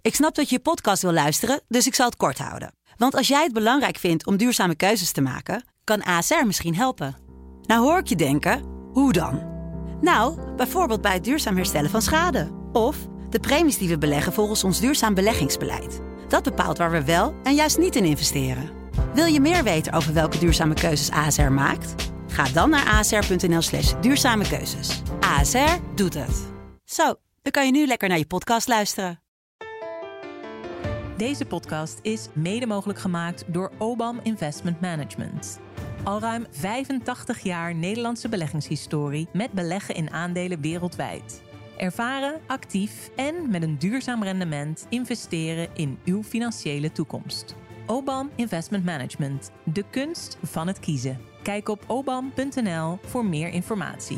Ik snap dat je podcast wil luisteren, dus ik zal het kort houden. Want als jij het belangrijk vindt om duurzame keuzes te maken, kan ASR misschien helpen. Nou hoor ik je denken, hoe dan? Nou, bijvoorbeeld bij het duurzaam herstellen van schade. Of de premies die we beleggen volgens ons duurzaam beleggingsbeleid. Dat bepaalt waar we wel en juist niet in investeren. Wil je meer weten over welke duurzame keuzes ASR maakt? Ga dan naar asr.nl/duurzame keuzes. ASR doet het. Zo, dan kan je nu lekker naar je podcast luisteren. Deze podcast is mede mogelijk gemaakt door OBAM Investment Management. Al ruim 85 jaar Nederlandse beleggingshistorie met beleggen in aandelen wereldwijd. Ervaren, actief en met een duurzaam rendement investeren in uw financiële toekomst. OBAM Investment Management, de kunst van het kiezen. Kijk op obam.nl voor meer informatie.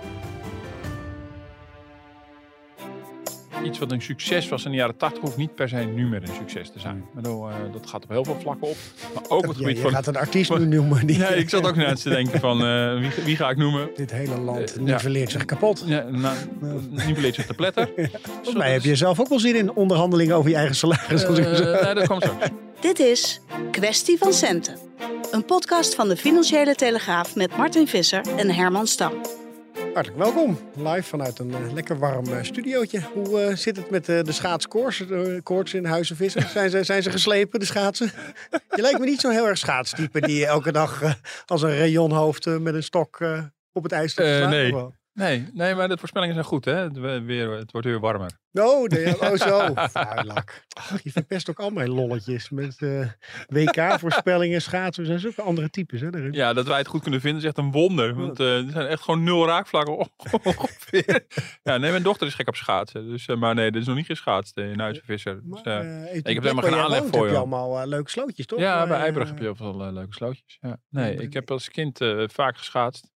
Iets wat een succes was in de jaren 80 hoeft niet per se nu meer een succes te zijn. Dat gaat op heel veel vlakken op. Maar ook op het gebied van... Je gaat een artiest nu noemen. Nee, ik zat ook net te denken van wie ga ik noemen? Dit hele land niveleert zich kapot. Ja, niveleert zich te pletter. Volgens mij heb je zelf ook wel zin in onderhandelingen over je eigen salaris. Nee, dat kwam zo. Dit is Kwestie van Centen. Een podcast van de Financiële Telegraaf met Martin Visser en Herman Stam. Hartelijk welkom. Live vanuit een lekker warm studiootje. Hoe zit het met de schaatskoorts in Huizen Visser? Zijn ze geslepen, de schaatsen? Je lijkt me niet zo heel erg schaatstype die elke dag als een rayonhoofd met een stok op het ijs staat. Nee, maar de voorspellingen zijn goed, hè? Het wordt weer warmer. Zo. Vuilak. Ach, je verpest ook al mijn lolletjes met WK-voorspellingen, schaatsen. Er zijn zulke andere types, hè? Daarin. Ja, dat wij het goed kunnen vinden is echt een wonder. Want er zijn echt gewoon 0 raakvlakken ongeveer. Ja, nee, mijn dochter is gek op schaatsen. Dus, maar nee, er is nog niet geschaatst in Huizen Visser. Dus, ik heb helemaal geen aanleg voor je. Heb je allemaal leuke slootjes, toch? Ja, bij Eiburg heb je heel veel leuke slootjes. Ja. Nee, ik heb als kind vaak geschaatst.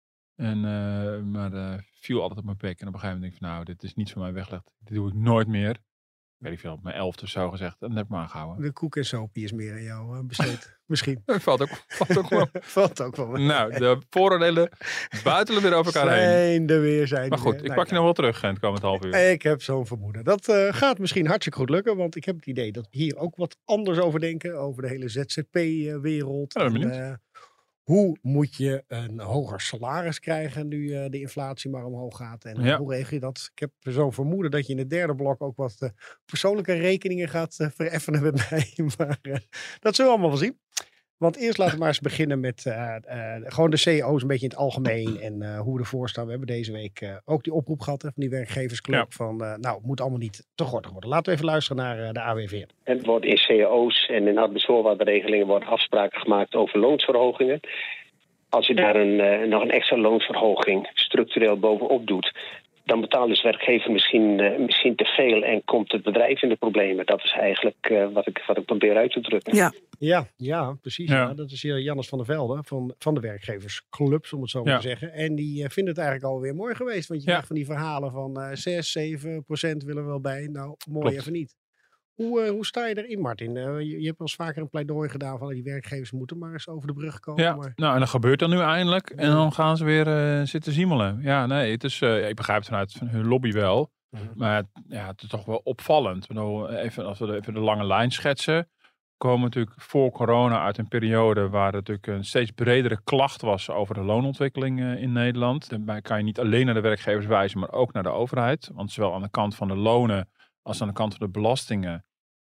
Maar viel altijd op mijn bek. En op een gegeven moment denk ik van nou, dit is niet van mij weggelegd. Dit doe ik nooit meer. Ik weet niet veel, op mijn 11e of zo gezegd. En dat heb ik me aangehouden. De koek en sopie is meer aan jou besteed. Misschien. Valt ook wel. Valt ook wel. Nou, de vooroordelen buitelen weer over elkaar heen. Maar goed, ik pak je nog wel terug in het komend half uur. Ik heb zo'n vermoeden. Dat gaat misschien hartstikke goed lukken. Want ik heb het idee dat we hier ook wat anders over denken. Over de hele ZZP-wereld. Ja, hoe moet je een hoger salaris krijgen nu de inflatie maar omhoog gaat? En hoe regel je dat? Ik heb zo'n vermoeden dat je in het derde blok ook wat persoonlijke rekeningen gaat vereffenen met mij. Maar dat zullen we allemaal wel zien. Want eerst laten we maar eens beginnen met gewoon de CEO's een beetje in het algemeen. En hoe we ervoor staan. We hebben deze week ook die oproep gehad van die werkgeversclub. Van het moet allemaal niet te gortig worden. Laten we even luisteren naar de AWVN. Er wordt in CEO's en in arbeidsvoorwaardenregelingen worden afspraken gemaakt over loonsverhogingen. Als je daar nog een extra loonsverhoging structureel bovenop doet, dan betaalt dus de werkgever misschien te veel en komt het bedrijf in de problemen. Dat is eigenlijk wat ik probeer uit te drukken. Ja, precies. Ja. Dat is hier Jannes van der Velde van de werkgeversclubs, om het zo maar te zeggen. En die vinden het eigenlijk alweer mooi geweest. Want je krijgt van die verhalen van 6-7% willen we wel bij. Nou, mooi. Klopt. Even niet. Hoe sta je erin, Martin? Je hebt wel eens vaker een pleidooi gedaan van die werkgevers moeten maar eens over de brug komen. Ja, nou en dat gebeurt dan nu eindelijk. En dan gaan ze weer zitten ziemelen. Ja, nee, het is, ik begrijp het vanuit hun lobby wel. Maar het is toch wel opvallend. Als we even de lange lijn schetsen. Komen natuurlijk voor corona uit een periode waar het natuurlijk een steeds bredere klacht was over de loonontwikkeling in Nederland. Daarbij kan je niet alleen naar de werkgevers wijzen, maar ook naar de overheid. Want zowel aan de kant van de lonen als aan de kant van de belastingen.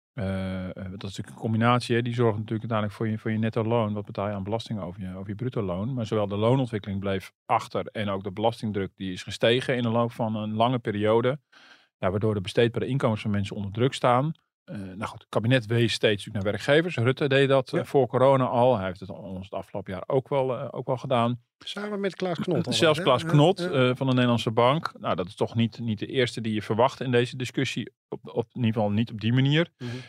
Dat is natuurlijk een combinatie. Hè? Die zorgt natuurlijk uiteindelijk voor je netto loon. Wat betaal je aan belastingen over je bruto loon. Maar zowel de loonontwikkeling bleef achter. En ook de belastingdruk die is gestegen in de loop van een lange periode. Ja, waardoor de besteedbare inkomens van mensen onder druk staan. Het kabinet wees steeds naar werkgevers. Rutte deed dat voor corona al. Hij heeft het ons het afgelopen jaar ook wel gedaan. Samen met Klaas Knot. Zelfs Klaas Knot van de Nederlandse Bank. Nou, dat is toch niet de eerste die je verwacht in deze discussie. Op in ieder geval niet op die manier.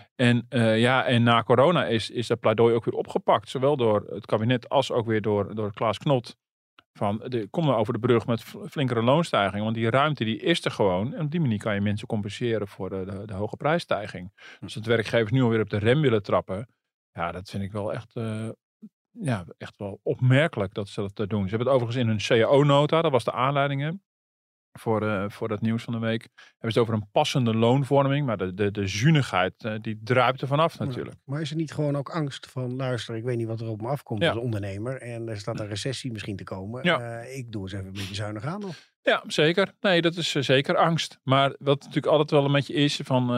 En na corona is dat pleidooi ook weer opgepakt. Zowel door het kabinet als ook weer door Klaas Knot. Kom nou over de brug met flinkere loonstijgingen. Want die ruimte die is er gewoon. En op die manier kan je mensen compenseren voor de hoge prijsstijging. Dus dat werkgevers nu alweer op de rem willen trappen. Ja, dat vind ik wel echt wel opmerkelijk dat ze dat doen. Ze hebben het overigens in hun CAO-nota. Dat was de aanleiding. voor dat nieuws van de week. Hebben ze het over een passende loonvorming. Maar de zuinigheid, die druipt er vanaf natuurlijk. Maar is er niet gewoon ook angst van, luister, ik weet niet wat er op me afkomt als ondernemer. En er staat een recessie misschien te komen. Ja. Ik doe eens even een beetje zuinig aan nog. Ja, zeker. Nee, dat is zeker angst. Maar wat natuurlijk altijd wel een beetje is van,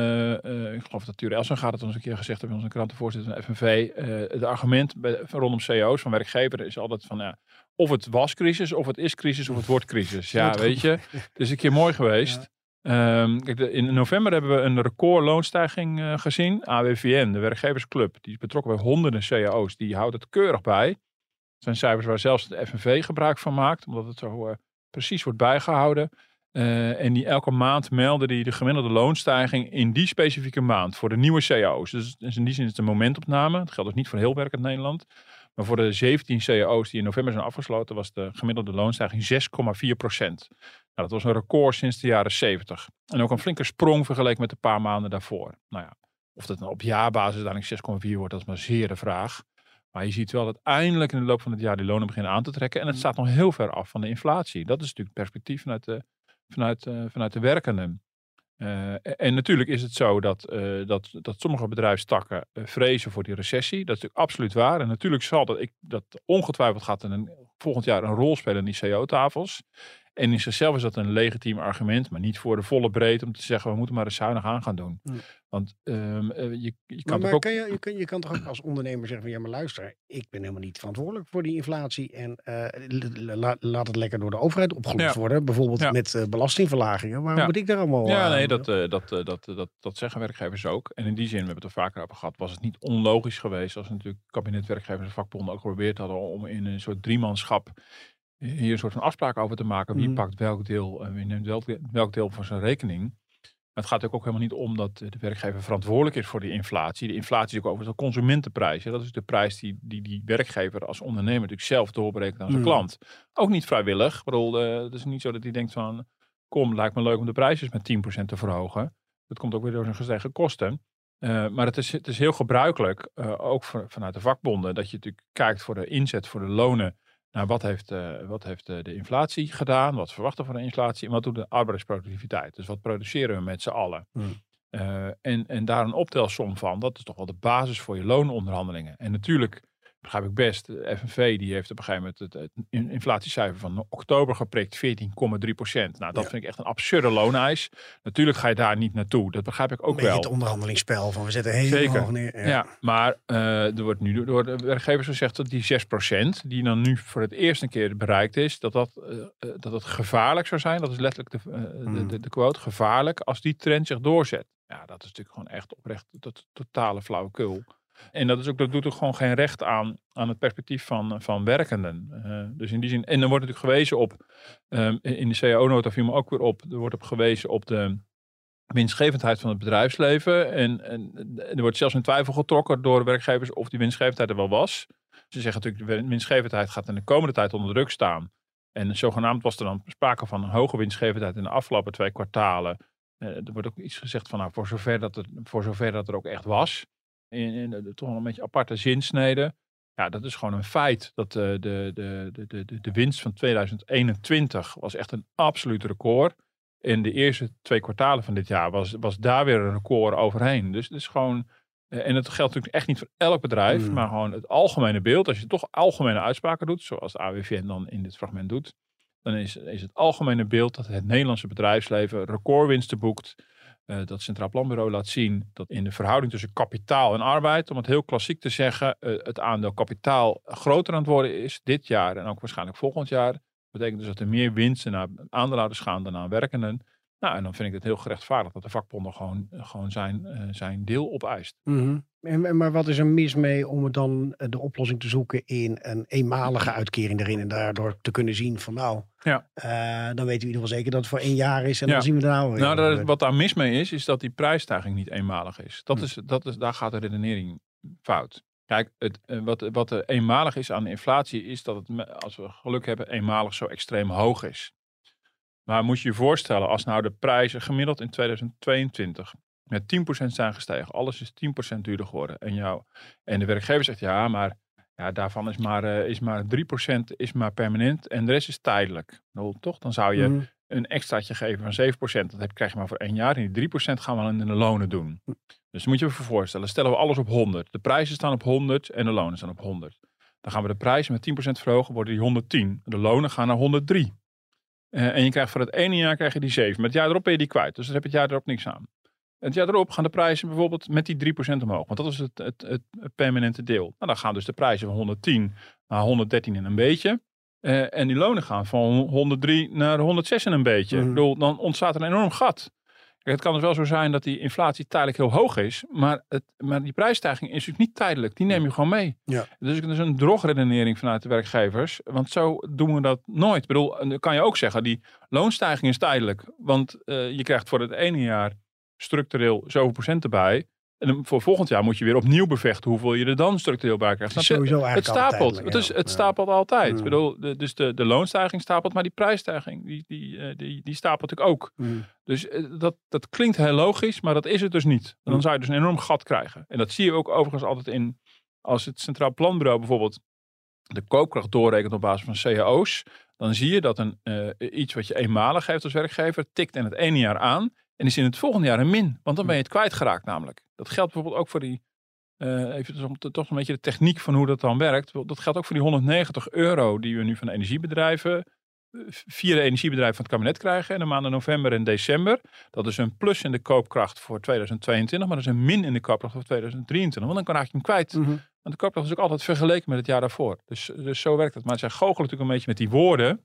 ik geloof dat Ture Elsen gaat het ons een keer gezegd hebben, onze krantenvoorzitter van FNV. Het argument rondom CEO's van werkgever is altijd van, of het was crisis, of het is crisis, of het wordt crisis. Ja, weet je. Het is een keer mooi geweest. Kijk, in november hebben we een record loonstijging gezien. AWVN, de werkgeversclub, die is betrokken bij honderden CEO's. Die houdt het keurig bij. Het zijn cijfers waar zelfs de FNV gebruik van maakt, omdat het zo precies wordt bijgehouden. En die elke maand melden die de gemiddelde loonstijging in die specifieke maand voor de nieuwe CEO's. Dus in die zin is het een momentopname. Dat geldt dus niet voor heel werkend Nederland. Maar voor de 17 CEO's die in november zijn afgesloten was de gemiddelde loonstijging 6,4%. Nou, dat was een record sinds de jaren 70. En ook een flinke sprong vergeleken met een paar maanden daarvoor. Nou ja, of dat nou op jaarbasis uiteindelijk 6,4 wordt, dat is maar zeer de vraag. Maar je ziet wel dat eindelijk in de loop van het jaar die lonen beginnen aan te trekken. En het staat nog heel ver af van de inflatie. Dat is natuurlijk perspectief vanuit de werkenden. En natuurlijk is het zo dat sommige bedrijfstakken vrezen voor die recessie. Dat is natuurlijk absoluut waar. En natuurlijk zal dat ongetwijfeld gaat volgend jaar een rol spelen in die CEO-tafels. En in zichzelf is dat een legitiem argument, maar niet voor de volle breedte om te zeggen we moeten maar eens zuinig aan gaan doen. Want je kan toch ook... Je kan toch ook als ondernemer zeggen van ja, maar luister, ik ben helemaal niet verantwoordelijk voor die inflatie en laat het lekker door de overheid opgelost worden. Bijvoorbeeld met belastingverlagingen. Waarom moet ik daar allemaal... Ja, nee, dat zeggen werkgevers ook. En in die zin, we hebben het er vaker over gehad, was het niet onlogisch geweest als natuurlijk kabinet, werkgevers en vakbonden ook geprobeerd hadden om in een soort driemanschap hier een soort van afspraak over te maken. Wie pakt welk deel en wie neemt welk deel voor zijn rekening. Maar het gaat ook helemaal niet om dat de werkgever verantwoordelijk is voor die inflatie. De inflatie is ook overigens de consumentenprijs. Ja, dat is de prijs die werkgever als ondernemer natuurlijk zelf doorberekent aan zijn klant. Ook niet vrijwillig. Ik bedoel, het is niet zo dat hij denkt van kom, lijkt me leuk om de prijzen met 10% te verhogen. Dat komt ook weer door zijn gestegen kosten. Maar het is heel gebruikelijk, ook vanuit de vakbonden, dat je natuurlijk kijkt voor de inzet voor de lonen. Nou, wat heeft de inflatie gedaan? Wat verwachten we van de inflatie? En wat doet de arbeidsproductiviteit? Dus wat produceren we met z'n allen? En daar een optelsom van, dat is toch wel de basis voor je loononderhandelingen. En natuurlijk, begrijp ik best, de FNV die heeft op een gegeven moment het inflatiecijfer van oktober geprikt, 14,3%. Nou, dat vind ik echt een absurde looneis. Natuurlijk ga je daar niet naartoe. Dat begrijp ik ook wel. Het onderhandelingsspel van we zetten heel hoog neer. Ja, maar er wordt nu door de werkgevers gezegd dat die 6% die dan nu voor het eerst een keer bereikt is, dat het gevaarlijk zou zijn. Dat is letterlijk de quote, gevaarlijk als die trend zich doorzet. Ja, dat is natuurlijk gewoon echt oprecht totale flauwekul. En dat doet er gewoon geen recht aan het perspectief van werkenden. Dus in die zin, en dan wordt natuurlijk gewezen op, in de CAO-nota viel me ook weer op, er wordt op gewezen op de winstgevendheid van het bedrijfsleven. En er wordt zelfs in twijfel getrokken door werkgevers of die winstgevendheid er wel was. Ze zeggen natuurlijk, de winstgevendheid gaat in de komende tijd onder druk staan. En zogenaamd was er dan sprake van een hoge winstgevendheid in de afgelopen 2 kwartalen. Er wordt ook iets gezegd van, nou, voor zover dat er ook echt was. In toch wel een beetje aparte zinsnede. Ja, dat is gewoon een feit. Dat de winst van 2021 was echt een absoluut record. En de eerste 2 kwartalen van dit jaar was daar weer een record overheen. Dus het is gewoon... en het geldt natuurlijk echt niet voor elk bedrijf. Maar gewoon het algemene beeld. Als je toch algemene uitspraken doet, zoals de AWVN dan in dit fragment doet, dan is het algemene beeld dat het Nederlandse bedrijfsleven recordwinsten boekt. Dat het Centraal Planbureau laat zien dat in de verhouding tussen kapitaal en arbeid, om het heel klassiek te zeggen, het aandeel kapitaal groter aan het worden is dit jaar en ook waarschijnlijk volgend jaar. Dat betekent dus dat er meer winsten naar aandeelhouders gaan dan naar werkenden. Nou, en dan vind ik het heel gerechtvaardigd dat de vakbonden gewoon zijn deel opeist. Maar wat is er mis mee om het dan de oplossing te zoeken in een eenmalige uitkering erin en daardoor te kunnen zien van dan weten we in ieder geval zeker dat het voor 1 jaar is en dan zien we er weer. Nou, wat daar mis mee is dat die prijsstijging niet eenmalig is. Daar gaat de redenering fout. Kijk, wat er eenmalig is aan de inflatie is dat het, als we geluk hebben, eenmalig zo extreem hoog is. Maar moet je je voorstellen, als nou de prijzen gemiddeld in 2022 met 10% zijn gestegen. Alles is 10% duurder geworden. En de werkgever zegt, maar daarvan is maar 3% is maar permanent en de rest is tijdelijk. Nou, toch? Dan zou je een extraatje geven van 7%. Dat krijg je maar voor 1 jaar. En die 3% gaan we dan in de lonen doen. Dus moet je even voorstellen. Stellen we alles op 100. De prijzen staan op 100 en de lonen staan op 100. Dan gaan we de prijzen met 10% verhogen, worden die 110. De lonen gaan naar 103. En je krijgt voor het ene jaar krijg je die 7. Maar het jaar erop ben je die kwijt. Dus dan heb je het jaar erop niks aan. Het jaar erop gaan de prijzen bijvoorbeeld met die 3% omhoog. Want dat is het permanente deel. Nou, dan gaan dus de prijzen van 110 naar 113 en een beetje. En die lonen gaan van 103 naar 106 en een beetje. Ik bedoel, dan ontstaat er een enorm gat. Kijk, het kan dus wel zo zijn dat die inflatie tijdelijk heel hoog is. Maar die prijsstijging is natuurlijk niet tijdelijk. Die neem je gewoon mee. Ja. Dus het is een drogredenering vanuit de werkgevers. Want zo doen we dat nooit. Ik bedoel, dan kan je ook zeggen, die loonstijging is tijdelijk. Want je krijgt voor het ene jaar structureel zoveel procent erbij. En voor volgend jaar moet je weer opnieuw bevechten hoeveel je er dan structureel bij krijgt. Het stapelt. Het stapelt altijd. Ik bedoel, dus de loonstijging stapelt, maar die prijsstijging die stapelt natuurlijk ook. Dus dat klinkt heel logisch, maar dat is het dus niet. En dan zou je dus een enorm gat krijgen. En dat zie je ook overigens altijd in, als het Centraal Planbureau bijvoorbeeld de koopkracht doorrekent op basis van cao's. Dan zie je dat iets wat je eenmalig geeft als werkgever, tikt in het ene jaar aan. En is in het volgende jaar een min. Want dan ben je het kwijtgeraakt namelijk. Dat geldt bijvoorbeeld ook voor die, even toch een beetje de techniek van hoe dat dan werkt. Dat geldt ook voor die €190 die we nu van de energiebedrijven, via de energiebedrijven van het kabinet krijgen. En de maanden november en december. Dat is een plus in de koopkracht voor 2022. Maar dat is een min in de koopkracht voor 2023. Want dan raak je hem kwijt. Want de koopkracht is ook altijd vergeleken met het jaar daarvoor. Dus zo werkt het. Maar zij goochelen natuurlijk een beetje met die woorden.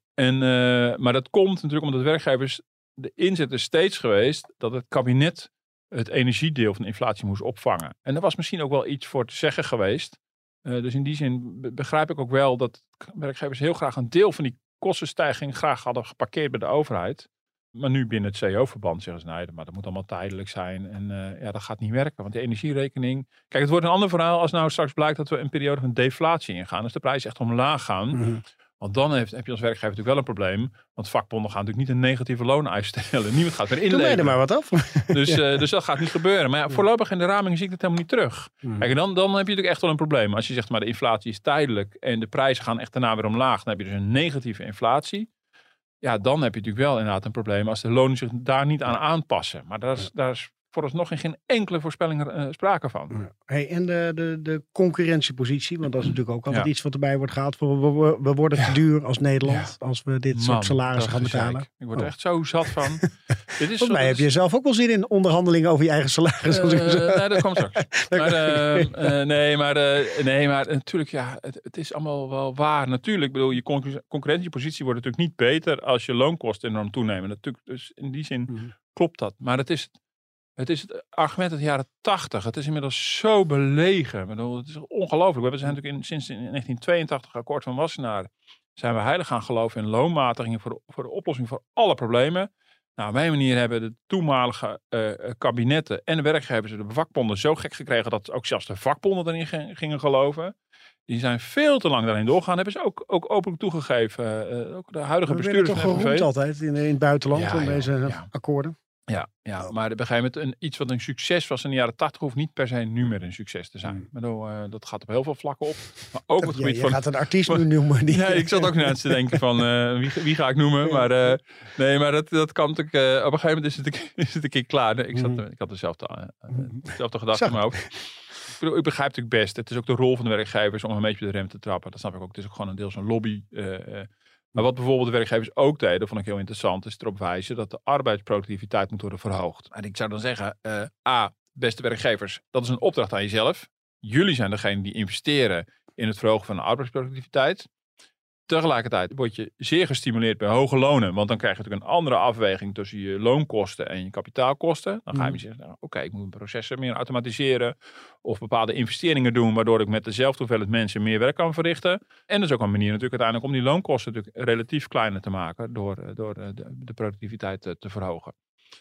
Ja. Maar dat komt natuurlijk omdat werkgevers, de inzet is steeds geweest dat het kabinet het energiedeel van de inflatie moest opvangen. En er was misschien ook wel iets voor te zeggen geweest. Dus in die zin begrijp ik ook wel dat werkgevers heel graag een deel van die kostenstijging graag hadden geparkeerd bij de overheid. Maar nu binnen het CO-verband zeggen ze, nee, maar dat moet allemaal tijdelijk zijn. En dat gaat niet werken, want de energierekening. Kijk, het wordt een ander verhaal als nou straks blijkt dat we een periode van deflatie ingaan. Dus de prijzen echt omlaag gaan. Want dan heb je als werkgever natuurlijk wel een probleem. Want vakbonden gaan natuurlijk niet een negatieve looneis stellen. Niemand gaat meer inleveren. Doe mij er maar wat af. Dus dat gaat niet gebeuren. Maar ja, voorlopig in de raming zie ik dat helemaal niet terug. Kijk, en dan heb je natuurlijk echt wel een probleem. Als je zegt, maar de inflatie is tijdelijk en de prijzen gaan echt daarna weer omlaag. Dan heb je dus een negatieve inflatie. Ja, dan heb je natuurlijk wel inderdaad een probleem als de lonen zich daar niet aan aanpassen. Maar daar is vooralsnog in geen enkele voorspelling sprake van. Ja. Hey, en de concurrentiepositie, want dat is natuurlijk ook altijd iets wat erbij wordt gehaald. We worden te duur als Nederland als we dit soort salarissen gaan betalen. Ik word er echt zo zat van. Volgens mij heb je zelf ook wel zin in onderhandelingen over je eigen salaris. Nee, dat komt straks. Maar natuurlijk, het is allemaal wel waar. Natuurlijk, bedoel, je concurrentiepositie wordt natuurlijk niet beter als je loonkosten enorm toenemen. Natuurlijk, dus in die zin klopt dat. Maar het is het argument uit de jaren 80. Het is inmiddels zo belegen. Ik bedoel, het is ongelooflijk. We zijn natuurlijk sinds 1982 akkoord van Wassenaar zijn we heilig gaan geloven in loonmatigingen voor de oplossing voor alle problemen. Nou, op een manier hebben de toenmalige kabinetten en de werkgevers de vakbonden zo gek gekregen dat ook zelfs de vakbonden erin gingen geloven. Die zijn veel te lang daarin doorgaan. Hebben ze ook openlijk toegegeven. Ook de huidige bestuurders van FNV. Geroemd altijd in het buitenland om deze akkoorden. Ja, maar op een gegeven moment iets wat een succes was in de jaren 80 hoeft niet per se nu meer een succes te zijn. Dat gaat op heel veel vlakken op. Maar ook op het gebied van. Je gaat een artiest nu noemen. Ja, ik zat ook net te denken van wie ga ik noemen. Maar dat kan natuurlijk. Op een gegeven moment is het een keer klaar. Ik had dezelfde gedachte in mijn hoofd. Ik begrijp natuurlijk best. Het is ook de rol van de werkgevers om een beetje op de rem te trappen. Dat snap ik ook. Het is ook gewoon een deel van lobby. Maar wat bijvoorbeeld de werkgevers ook deden, vond ik heel interessant, is erop wijzen dat de arbeidsproductiviteit moet worden verhoogd. En ik zou dan zeggen, beste werkgevers, dat is een opdracht aan jezelf. Jullie zijn degene die investeren in het verhogen van de arbeidsproductiviteit. Tegelijkertijd word je zeer gestimuleerd bij hoge lonen, want dan krijg je natuurlijk een andere afweging tussen je loonkosten en je kapitaalkosten. Dan ga je misschien zeggen, oké, ik moet mijn processen meer automatiseren of bepaalde investeringen doen, waardoor ik met dezelfde hoeveelheid mensen meer werk kan verrichten. En dat is ook een manier natuurlijk uiteindelijk om die loonkosten natuurlijk relatief kleiner te maken door de productiviteit te verhogen.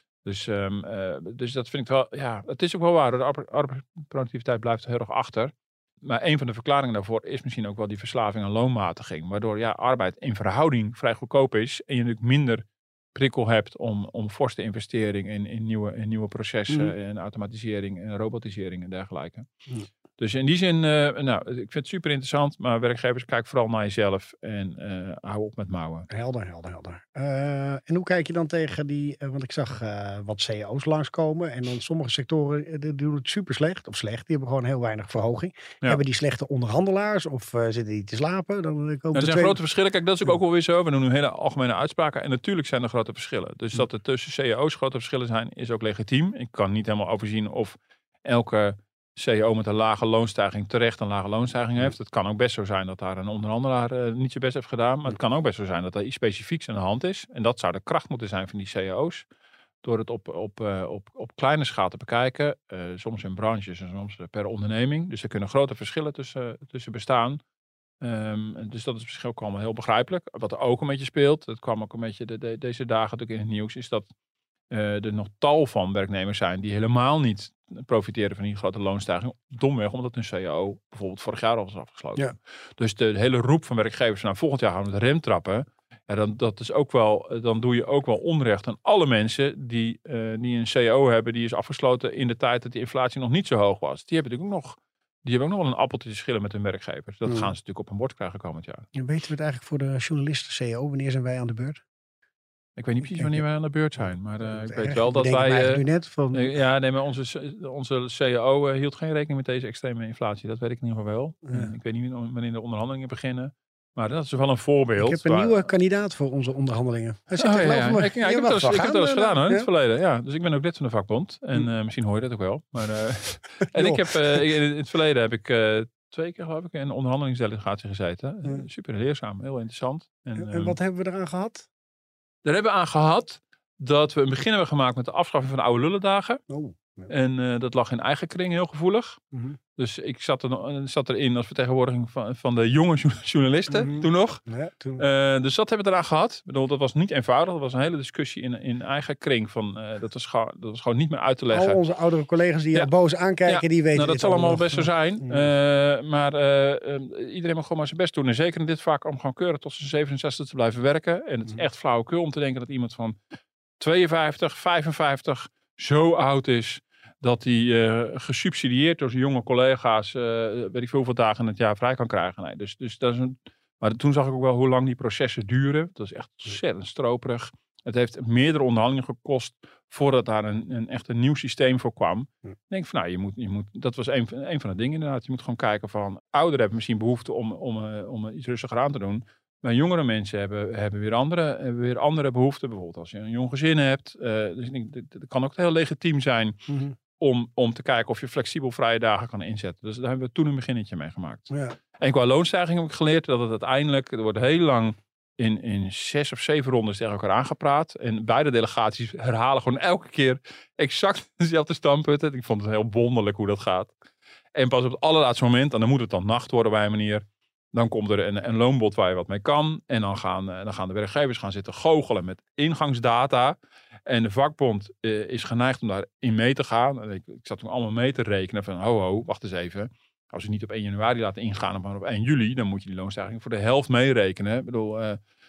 Dus dat vind ik wel, het is ook wel waar. De arbeidsproductiviteit blijft heel erg achter. Maar een van de verklaringen daarvoor is misschien ook wel die verslaving aan loonmatiging. Waardoor arbeid in verhouding vrij goedkoop is. En je natuurlijk minder prikkel hebt om fors te investeren in nieuwe processen. En automatisering en robotisering en dergelijke. Dus in die zin, ik vind het super interessant. Maar werkgevers, kijk vooral naar jezelf. En hou op met mouwen. Helder. En hoe kijk je dan tegen die... want ik zag wat CEO's langskomen. En dan sommige sectoren die doen het super slecht. Of slecht. Die hebben gewoon heel weinig verhoging. Ja. Hebben die slechte onderhandelaars? Of zitten die te slapen? Dan komen Er zijn grote verschillen. Kijk, dat is ook wel weer zo. We doen nu hele algemene uitspraken. En natuurlijk zijn er grote verschillen. Dus dat er tussen CEO's grote verschillen zijn, is ook legitiem. Ik kan niet helemaal overzien of elke CEO met een lage loonstijging terecht een lage loonstijging heeft. Het kan ook best zo zijn dat daar een onderhandelaar niet zijn best heeft gedaan. Maar het kan ook best zo zijn dat er iets specifieks aan de hand is. En dat zou de kracht moeten zijn van die CEO's. Door het op kleine schaal te bekijken. Soms in branches en soms per onderneming. Dus er kunnen grote verschillen tussen bestaan. Dus dat is misschien ook allemaal heel begrijpelijk. Wat er ook een beetje speelt, dat kwam ook een beetje deze dagen natuurlijk in het nieuws, is dat er nog tal van werknemers zijn die helemaal niet profiteren van die grote loonstijging. Domweg omdat hun CEO bijvoorbeeld vorig jaar al was afgesloten. Ja. Dus de hele roep van werkgevers, nou volgend jaar gaan we met de rem trappen. Ja, dat is ook wel, dan doe je ook wel onrecht aan alle mensen die een CEO hebben die is afgesloten in de tijd dat die inflatie nog niet zo hoog was. Die hebben natuurlijk ook nog wel een appeltje te schillen met hun werkgevers. Dat gaan ze natuurlijk op hun bord krijgen komend jaar. En weten we het eigenlijk voor de journalisten CEO? Wanneer zijn wij aan de beurt? Ik weet niet precies wanneer wij aan de beurt zijn. Maar ik weet wel dat wij... nu net van... maar onze CEO hield geen rekening met deze extreme inflatie. Dat weet ik in ieder geval wel. Ja. Ik weet niet wanneer de onderhandelingen beginnen. Maar dat is wel een voorbeeld. Ik heb een nieuwe kandidaat voor onze onderhandelingen. Ik heb het wel eens gedaan in het verleden. Ja. Dus ik ben ook lid van de vakbond. En misschien hoor je dat ook wel. Maar, en ik heb in het verleden heb ik 2 keer geloof ik in een onderhandelingsdelegatie gezeten. Super leerzaam, heel interessant. En wat hebben we eraan gehad? Daar hebben we aan gehad dat we een begin hebben gemaakt met de afschaffing van de oude lullendagen. En dat lag in eigen kring heel gevoelig. Dus ik zat erin als vertegenwoordiging van de jonge journalisten toen nog. Ja, dus dat hebben we eraan gehad. Ik bedoel, dat was niet eenvoudig. Dat was een hele discussie in eigen kring. Dat was gewoon niet meer uit te leggen. Al onze oudere collega's die je boos aankijken, die weten dat zal allemaal best zo zijn. Maar iedereen mag gewoon maar zijn best doen. En zeker in dit vak om gewoon keurig tot zijn 67 te blijven werken. En het is echt flauwekul om te denken dat iemand van 52, 55 zo oud is dat hij gesubsidieerd door zijn jonge collega's weet ik veel dagen in het jaar vrij kan krijgen. Nee, dus dat is maar toen zag ik ook wel hoe lang die processen duren. Dat is echt ontzettend stroperig. Het heeft meerdere onderhandelingen gekost voordat daar echt een nieuw systeem voor kwam. Ik denk van nou, je moet dat was een van de dingen inderdaad. Je moet gewoon kijken van ouderen hebben misschien behoefte om iets rustiger aan te doen. Maar jongere mensen hebben weer andere behoeften. Bijvoorbeeld als je een jong gezin hebt. Dus ik denk, dat kan ook heel legitiem zijn om te kijken of je flexibel vrije dagen kan inzetten. Dus daar hebben we toen een beginnetje mee gemaakt. Ja. En qua loonstijging heb ik geleerd dat het uiteindelijk, er wordt heel lang in 6 of 7 rondes tegen elkaar aangepraat. En beide delegaties herhalen gewoon elke keer exact dezelfde standpunten. Ik vond het heel wonderlijk hoe dat gaat. En pas op het allerlaatste moment, en dan moet het dan nacht worden bij een manier. Dan komt er een loonbod waar je wat mee kan. En dan gaan de werkgevers zitten goochelen met ingangsdata. En de vakbond is geneigd om daarin mee te gaan. En ik zat toen allemaal mee te rekenen van wacht eens even. Als we niet op 1 januari laten ingaan, maar op 1 juli, dan moet je die loonstijging voor de helft meerekenen. Ik bedoel,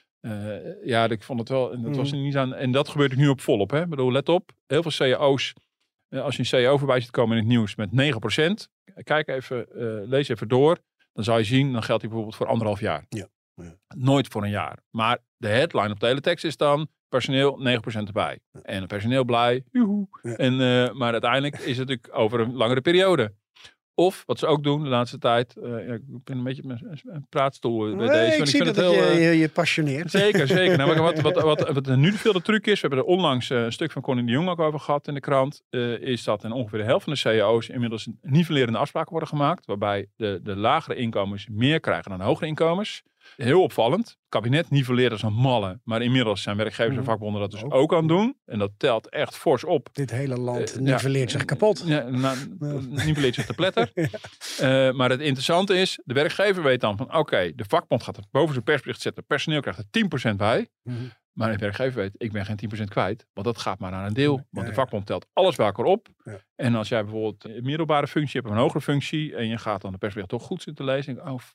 ik vond het wel. Dat was er niet aan. En dat gebeurt nu op volop. Hè? Ik bedoel, let op. Heel veel CEO's. Als je een CEO voorbij ziet komen in het nieuws met 9%. Kijk even, lees even door. Dan zou je zien, dan geldt die bijvoorbeeld voor 1,5 jaar. Ja. Nooit voor een jaar. Maar de headline op de hele tekst is dan personeel 9% erbij. En het personeel blij. Joehoe. Ja. Maar uiteindelijk is het natuurlijk over een langere periode. Of, wat ze ook doen de laatste tijd. Ik ben een beetje een praatstoel bij deze. Ik zie vind dat je passioneert. Zeker. Nou, wat nu veel de truc is. We hebben er onlangs een stuk van Connie de Jong ook over gehad in de krant. Is dat in ongeveer de helft van de CEO's inmiddels nivellerende afspraken worden gemaakt. Waarbij de lagere inkomens meer krijgen dan de hogere inkomens. Heel opvallend. Het kabinet nivelleert als een malle. Maar inmiddels zijn werkgevers en vakbonden dat dus ook aan het doen. En dat telt echt fors op. Dit hele land nivelleert zich kapot. Nivelleert zich te pletter. Ja. Maar het interessante is, de werkgever weet dan van oké, de vakbond gaat er boven zijn persbericht zetten. Personeel krijgt er 10% bij. Maar de werkgever weet, ik ben geen 10% kwijt. Want dat gaat maar aan een deel. Want de vakbond telt alles bij elkaar op. Ja. En als jij bijvoorbeeld een middelbare functie hebt of een hogere functie. En je gaat dan de persbericht toch goed zitten lezen.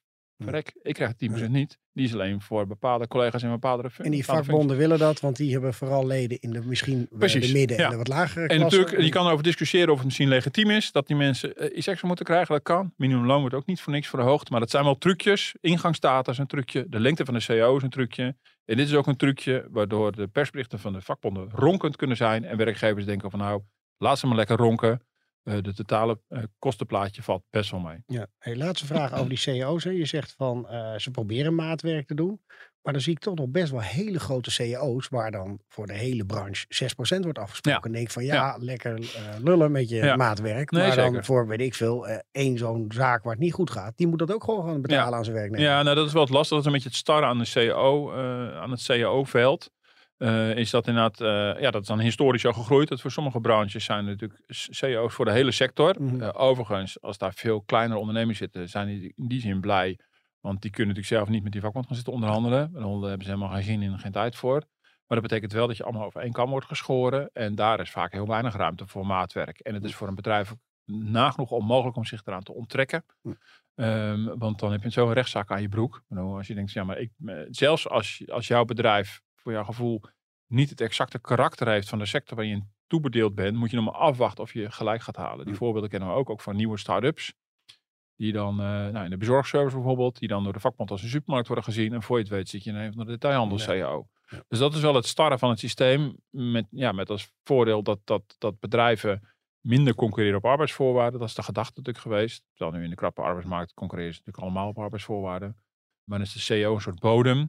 verrek, ik krijg 10% niet. Die is alleen voor bepaalde collega's in bepaalde functies. En die vakbonden willen dat, want die hebben vooral leden in de misschien de midden- en de wat lagere klassen. En natuurlijk, je kan erover discussiëren of het misschien legitiem is dat die mensen iets extra moeten krijgen. Dat kan. Minimumloon wordt ook niet voor niks verhoogd. Maar dat zijn wel trucjes. Ingangsdata is een trucje. De lengte van de CO is een trucje. En dit is ook een trucje waardoor de persberichten van de vakbonden ronkend kunnen zijn. En werkgevers denken van nou, laat ze maar lekker ronken. De totale kostenplaatje valt best wel mee. Ja. Hey, laatste vraag over die CEO's. Hè. Je zegt van ze proberen maatwerk te doen. Maar dan zie ik toch nog best wel hele grote CEO's waar dan voor de hele branche 6% wordt afgesproken. En denk van lekker lullen met je maatwerk. Nee, maar zeker. dan voor, weet ik veel, één zo'n zaak waar het niet goed gaat. Die moet dat ook gewoon gaan betalen aan zijn werknemer. Ja, nou dat is wel het lastig. Dat is een beetje het starren aan de CEO, aan het CEO-veld. Is dat inderdaad, dat is dan historisch zo gegroeid. Dat voor sommige branches zijn er natuurlijk CEO's voor de hele sector. Overigens, als daar veel kleinere ondernemingen zitten, zijn die in die zin blij. Want die kunnen natuurlijk zelf niet met die vakbond gaan zitten onderhandelen. Daar hebben ze helemaal geen zin in en geen tijd voor. Maar dat betekent wel dat je allemaal over één kam wordt geschoren. En daar is vaak heel weinig ruimte voor maatwerk. En het is voor een bedrijf nagenoeg onmogelijk om zich eraan te onttrekken. Want dan heb je zo'n rechtszaak aan je broek. Als je denkt, ja, maar zelfs als jouw bedrijf voor jouw gevoel niet het exacte karakter heeft van de sector waar je in toebedeeld bent, moet je nog maar afwachten of je gelijk gaat halen. Die voorbeelden kennen we ook van nieuwe start-ups. Die dan in de bezorgservice bijvoorbeeld, die dan door de vakbond als een supermarkt worden gezien. En voor je het weet zit je in een van de detailhandel-CEO. Ja. Dus dat is wel het starren van het systeem. Met als voordeel dat bedrijven minder concurreren op arbeidsvoorwaarden. Dat is de gedachte natuurlijk geweest. Terwijl nu in de krappe arbeidsmarkt concurreren ze natuurlijk allemaal op arbeidsvoorwaarden. Maar dan is de CEO een soort bodem.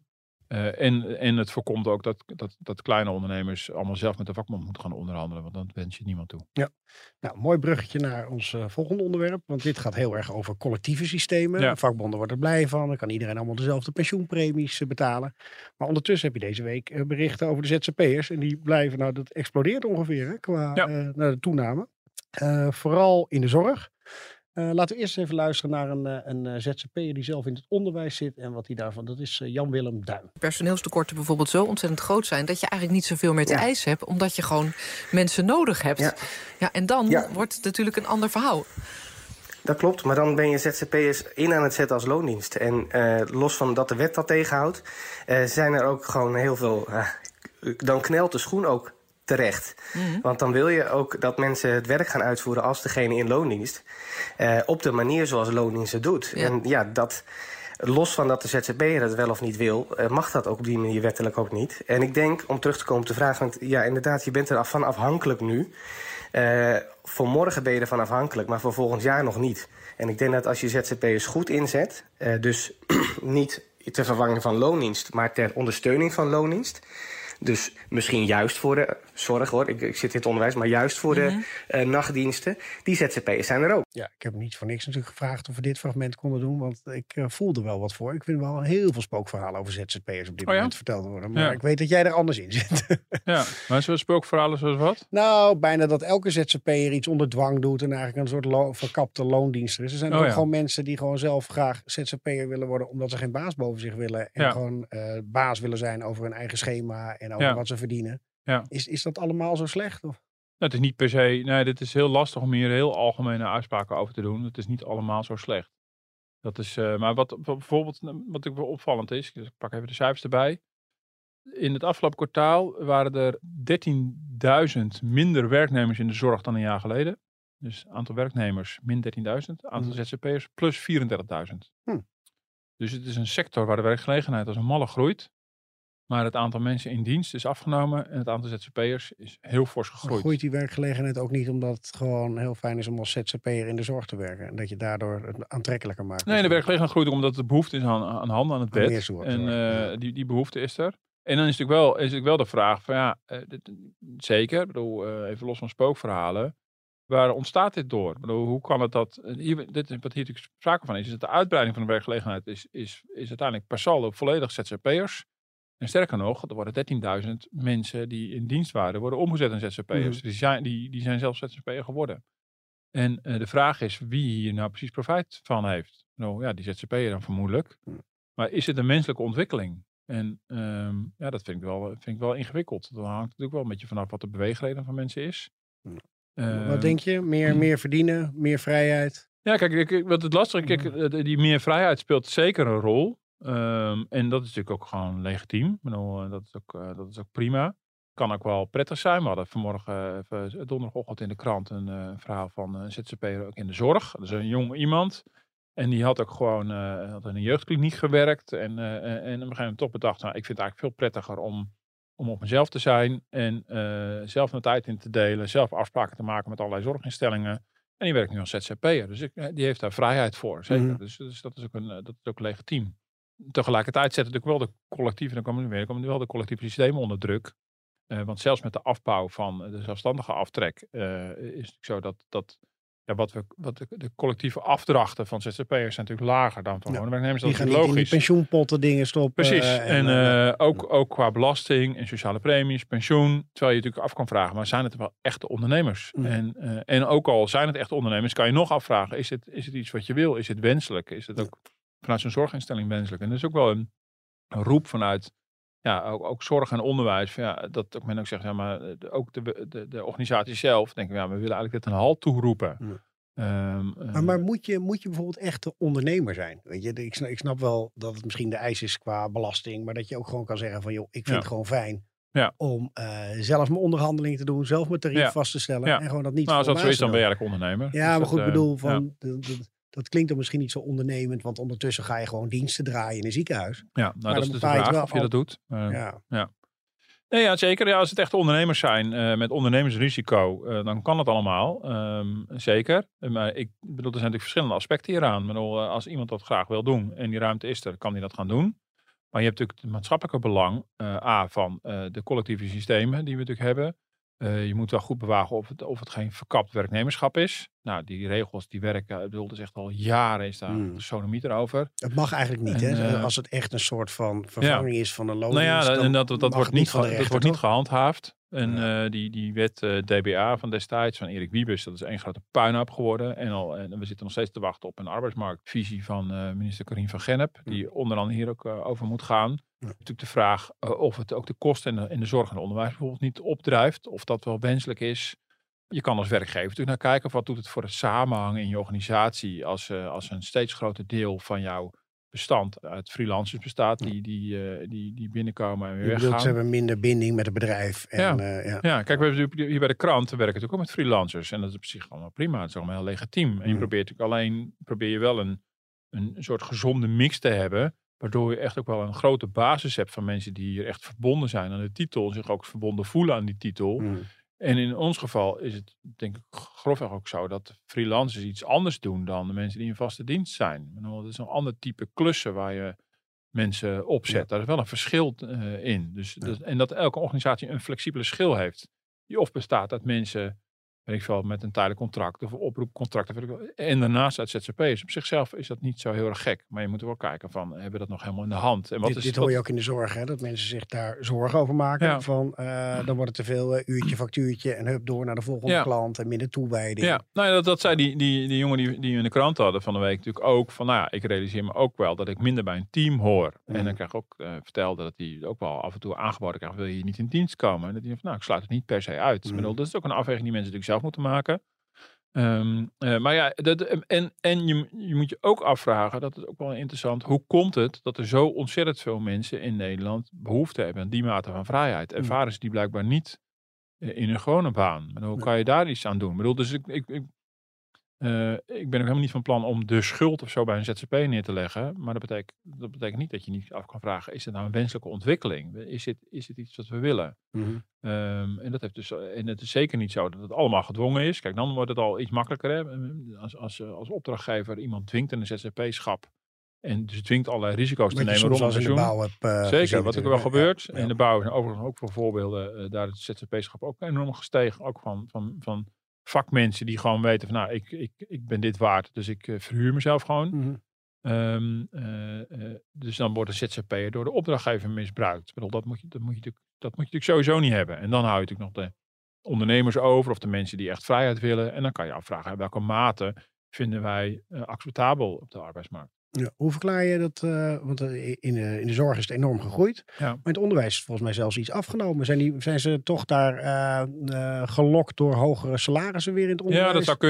En het voorkomt ook dat kleine ondernemers allemaal zelf met de vakbond moeten gaan onderhandelen. Want dan wens je niemand toe. Ja, nou, mooi bruggetje naar ons volgende onderwerp. Want dit gaat heel erg over collectieve systemen. Ja. Vakbonden worden er blij van. Dan kan iedereen allemaal dezelfde pensioenpremies betalen. Maar ondertussen heb je deze week berichten over de ZZP'ers. En die blijven, nou dat explodeert ongeveer hè, qua de toename. Vooral in de zorg. Laten we eerst even luisteren naar een ZZP'er die zelf in het onderwijs zit en wat hij daarvan. Dat is Jan-Willem Duin. Personeelstekorten bijvoorbeeld zo ontzettend groot zijn dat je eigenlijk niet zoveel meer te eisen hebt, omdat je gewoon mensen nodig hebt. Ja, en dan wordt het natuurlijk een ander verhaal. Dat klopt, maar dan ben je ZZP'ers in aan het zetten als loondienst. En los van dat de wet dat tegenhoudt, zijn er ook gewoon heel veel. Dan knelt de schoen ook terecht. Want dan wil je ook dat mensen het werk gaan uitvoeren als degene in loondienst. Op de manier zoals loondienst het doet. Ja. En dat, los van dat de ZZP'er het wel of niet wil, mag dat ook op die manier wettelijk ook niet. En ik denk, om terug te komen op de vraag, want inderdaad, je bent er van afhankelijk nu. Voor morgen ben je ervan afhankelijk, maar voor volgend jaar nog niet. En ik denk dat als je ZZP'ers goed inzet, dus niet ter vervanging van loondienst, maar ter ondersteuning van loondienst. Dus misschien juist voor de zorg, hoor. Ik zit in het onderwijs, maar juist voor de nachtdiensten. Die ZZP'ers zijn er ook. Ja, ik heb niet voor niks natuurlijk gevraagd of we dit fragment konden doen. Want ik voelde wel wat voor. Ik vind wel heel veel spookverhalen over ZZP'ers op dit moment verteld worden. Maar ik weet dat jij er anders in zit. Ja, maar zo'n spookverhalen zoals wat? Nou, bijna dat elke ZZP'er iets onder dwang doet. En eigenlijk een soort verkapte loondienster is. Er zijn ook gewoon mensen die gewoon zelf graag ZZP'er willen worden. Omdat ze geen baas boven zich willen. En gewoon baas willen zijn over hun eigen schema. En over wat ze verdienen. Ja. Is dat allemaal zo slecht? Of? Het is niet per se. Nee, dit is heel lastig om hier heel algemene uitspraken over te doen. Het is niet allemaal zo slecht. Dat is, maar wat bijvoorbeeld wat ook wel opvallend is. Dus ik pak even de cijfers erbij. In het afgelopen kwartaal waren er 13.000 minder werknemers in de zorg dan een jaar geleden. Dus aantal werknemers min 13.000. Aantal ZZP'ers plus 34.000. Dus het is een sector waar de werkgelegenheid als een malle groeit. Maar het aantal mensen in dienst is afgenomen en het aantal ZZP'ers is heel fors gegroeid. Maar groeit die werkgelegenheid ook niet omdat het gewoon heel fijn is om als ZZP'er in de zorg te werken? En dat je daardoor het aantrekkelijker maakt? Nee, de werkgelegenheid groeit ook omdat de behoefte is aan handen, aan het bed. En die behoefte is er. En dan is het natuurlijk wel de vraag van zeker, ik bedoel, even los van spookverhalen. Waar ontstaat dit door? Ik bedoel, hoe kan het dat... wat hier natuurlijk sprake van is dat de uitbreiding van de werkgelegenheid is uiteindelijk per saldo volledig ZZP'ers. En sterker nog, er worden 13.000 mensen die in dienst waren, worden omgezet in ZZP'ers. Dus die zijn zelfs ZZP'er geworden. En de vraag is wie hier nou precies profijt van heeft. Nou ja, die ZZP'er dan vermoedelijk. Maar is het een menselijke ontwikkeling? En dat vind ik wel ingewikkeld. Dat hangt natuurlijk wel een beetje vanaf wat de beweegreden van mensen is. Wat denk je? Meer verdienen, meer vrijheid? Ja, kijk, wat het lastige, die meer vrijheid speelt zeker een rol. En dat is natuurlijk ook gewoon legitiem. Ik bedoel, dat is ook prima. Kan ook wel prettig zijn. We hadden vanmorgen donderdagochtend in de krant een verhaal van een ZZP'er ook in de zorg. Dat is een jong iemand. En die had ook gewoon had in een jeugdkliniek gewerkt. En op een gegeven moment toch bedacht, nou, ik vind het eigenlijk veel prettiger om op mezelf te zijn. En zelf mijn tijd in te delen. Zelf afspraken te maken met allerlei zorginstellingen. En die werkt nu als ZZP'er. Dus die heeft daar vrijheid voor. Zeker. Dus dat is ook legitiem. Tegelijkertijd zetten natuurlijk wel de collectieve, dan komen nu wel de collectieve systemen onder druk. Want zelfs met de afbouw van de zelfstandige aftrek is het natuurlijk zo dat de collectieve afdrachten van ZZP'ers zijn natuurlijk lager dan van gewone werknemers. Dat die is gaan logisch. Niet in die pensioenpotten dingen stoppen. Precies. Ook qua belasting en sociale premies, pensioen. Terwijl je natuurlijk af kan vragen, maar zijn het wel echte ondernemers? En ook al zijn het echte ondernemers, kan je nog afvragen, is het iets wat je wil? Is het wenselijk? Is het ook vanuit zo'n zorginstelling wenselijk? En er is ook wel een roep vanuit ook zorg en onderwijs. Dat men ook zegt, maar ook de organisatie zelf denken, we willen eigenlijk dit een halt toeroepen. Maar moet je bijvoorbeeld echt de ondernemer zijn? Weet je, ik snap wel dat het misschien de eis is qua belasting, maar dat je ook gewoon kan zeggen van, joh, ik vind het gewoon fijn om zelf mijn onderhandeling te doen, zelf mijn tarief vast te stellen en gewoon dat niet. Nou, als dat zo is, dan ben je eigenlijk ondernemer. Ja, dus maar goed, ik bedoel van. Dat klinkt dan misschien niet zo ondernemend, want ondertussen ga je gewoon diensten draaien in een ziekenhuis. Ja, dat is de vraag of je dat doet. Nee, zeker. Ja, als het echt ondernemers zijn met ondernemersrisico, dan kan het allemaal. Zeker. Maar ik bedoel, er zijn natuurlijk verschillende aspecten hieraan. Ik bedoel, als iemand dat graag wil doen en die ruimte is er, kan hij dat gaan doen. Maar je hebt natuurlijk het maatschappelijke belang van de collectieve systemen die we natuurlijk hebben. Je moet wel goed bewaken of het geen verkapt werknemerschap is. Nou, die regels die werken, ik bedoel, dus echt al jaren is daar de sodomieter over. Het mag eigenlijk niet, hè? Als het echt een soort van vervanging is van een loondienst. Nou ja, dat wordt niet gehandhaafd. En die wet DBA van destijds, van Erik Wiebes, dat is één grote puinhoop geworden. En we zitten nog steeds te wachten op een arbeidsmarktvisie van minister Karin van Gennep, die onder andere hier ook over moet gaan. Natuurlijk de vraag of het ook de kosten in de zorg en onderwijs bijvoorbeeld niet opdrijft. Of dat wel wenselijk is. Je kan als werkgever natuurlijk naar kijken. Of wat doet het voor het samenhang in je organisatie. Als een steeds groter deel van jouw bestand uit freelancers bestaat. Die binnenkomen en weer weggaan. Ze hebben minder binding met het bedrijf. Kijk, we hebben hier bij de krant werken natuurlijk ook met freelancers. En dat is op zich allemaal prima. Het is allemaal heel legitiem. En je probeer je wel een soort gezonde mix te hebben. Waardoor je echt ook wel een grote basis hebt van mensen die hier echt verbonden zijn aan de titel. En zich ook verbonden voelen aan die titel. En in ons geval is het denk ik grofweg ook zo dat freelancers iets anders doen dan de mensen die in vaste dienst zijn. Het is een ander type klussen waar je mensen opzet. Daar is wel een verschil in. En dat elke organisatie een flexibele schil heeft. Die of bestaat uit mensen, weet ik veel, met een tijdelijk contract of oproepcontract. En daarnaast uit ZZP'ers. Op zichzelf is dat niet zo heel erg gek. Maar je moet er wel kijken van, hebben we dat nog helemaal in de hand? En dit hoor je ook in de zorg, hè? Dat mensen zich daar zorgen over maken. Ja. Van, dan wordt het te veel uurtje, factuurtje en hup door naar de volgende klant en minder toewijding. Ja, nou, dat zei die jongen die we in de krant hadden van de week natuurlijk ook. Van, ik realiseer me ook wel dat ik minder bij een team hoor. En dan krijg ik ook vertelde dat hij ook wel af en toe aangeboden krijgt, wil je niet in dienst komen? En dat hij van, ik sluit het niet per se uit. Dat is ook een afweging die mensen natuurlijk zelf moeten maken. Maar ja, je moet je ook afvragen, dat is ook wel interessant, hoe komt het dat er zo ontzettend veel mensen in Nederland behoefte hebben aan die mate van vrijheid? Ervaren ze die blijkbaar niet in hun gewone baan. Maar hoe kan je daar iets aan doen? Ik bedoel, dus ik ben ook helemaal niet van plan om de schuld of zo bij een ZZP neer te leggen. Maar dat betekent niet dat je niet af kan vragen, is het nou een wenselijke ontwikkeling? Is het iets wat we willen? En het is zeker niet zo dat het allemaal gedwongen is. Kijk, dan wordt het al iets makkelijker. Hè? Als opdrachtgever iemand dwingt in een ZZP-schap. En dus dwingt allerlei risico's te nemen rondom seizoen. Zeker, wat ook wel gebeurt. Ja. In de bouw zijn overigens ook voor voorbeelden. Daar is het ZZP-schap ook enorm gestegen. Ook van vakmensen die gewoon weten van, ik ben dit waard. Dus ik verhuur mezelf gewoon. Dus dan wordt de ZZP'er door de opdrachtgever misbruikt. Ik bedoel, dat moet je natuurlijk sowieso niet hebben. En dan hou je natuurlijk nog de ondernemers over of de mensen die echt vrijheid willen. En dan kan je afvragen, welke mate vinden wij acceptabel op de arbeidsmarkt. Ja, hoe verklaar je dat? Want in de zorg is het enorm gegroeid. Ja. Maar in het onderwijs is volgens mij zelfs iets afgenomen. Zijn ze toch daar gelokt door hogere salarissen weer in het onderwijs? Ja, dat zou kunnen.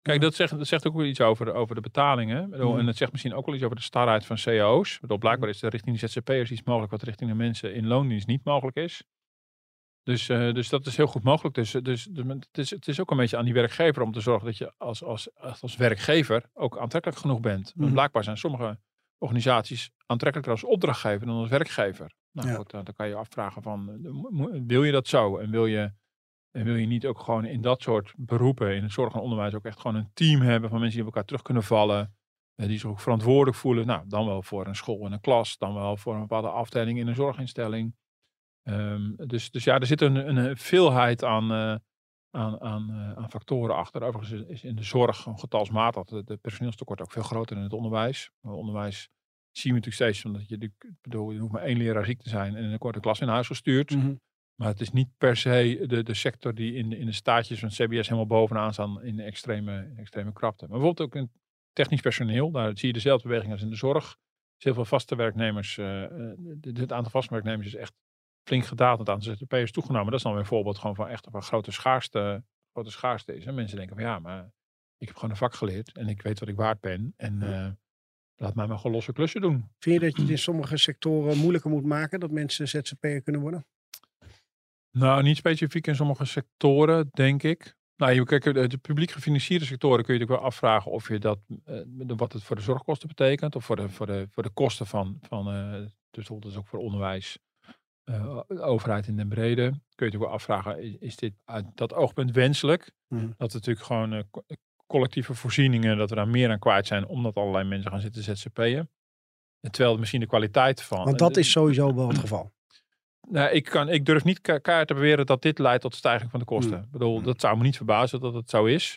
Kijk, dat zegt ook wel iets over de betalingen. En het zegt misschien ook wel iets over de starheid van cao's. Blijkbaar is er richting de ZZP'ers iets mogelijk wat richting de mensen in loondienst niet mogelijk is. Dus dat is heel goed mogelijk. Dus het is ook een beetje aan die werkgever om te zorgen dat je als werkgever ook aantrekkelijk genoeg bent. Want blijkbaar zijn sommige organisaties aantrekkelijker als opdrachtgever dan als werkgever. Nou goed, dan kan je afvragen van, wil je dat zo? En wil je niet ook gewoon in dat soort beroepen, in het zorg en onderwijs, ook echt gewoon een team hebben van mensen die op elkaar terug kunnen vallen. Die zich ook verantwoordelijk voelen. Nou, dan wel voor een school en een klas. Dan wel voor een bepaalde afdeling in een zorginstelling. Dus ja, er zit een veelheid aan factoren achter. Overigens is in de zorg gewoon getalsmatig de personeelstekort ook veel groter dan in het onderwijs. Onderwijs zien we natuurlijk steeds, omdat je hoeft maar 1 leraar ziek te zijn en een korte klas in huis gestuurd. Maar het is niet per se de sector die in de staatjes van het CBS helemaal bovenaan staan in de extreme krapte. Maar bijvoorbeeld ook in technisch personeel, daar zie je dezelfde beweging als in de zorg. Er zijn heel veel vaste werknemers. Het aantal vaste werknemers is echt flink gedaald. Het aantal ZZP'ers toegenomen. Dat is dan weer een voorbeeld gewoon van echt een grote schaarste is. En mensen denken van ja, maar ik heb gewoon een vak geleerd en ik weet wat ik waard ben. En laat mij maar gewoon losse klussen doen. Vind je dat je het in sommige sectoren moeilijker moet maken dat mensen ZZP'er kunnen worden? Nou, niet specifiek in sommige sectoren, denk ik. Nou, kijk, de publiek gefinancierde sectoren kun je natuurlijk wel afvragen of je wat het voor de zorgkosten betekent. Of voor de kosten van dus dat is ook voor onderwijs, overheid in den brede. Kun je natuurlijk wel afvragen, is dit uit dat oogpunt wenselijk? Dat natuurlijk gewoon collectieve voorzieningen, dat we daar meer aan kwijt zijn, omdat allerlei mensen gaan zitten ZZP'en. Terwijl misschien de kwaliteit van... Want dat is sowieso wel het geval. Nou, ik durf niet keihard te beweren dat dit leidt tot stijging van de kosten. Ik bedoel, dat zou me niet verbazen dat het zo is.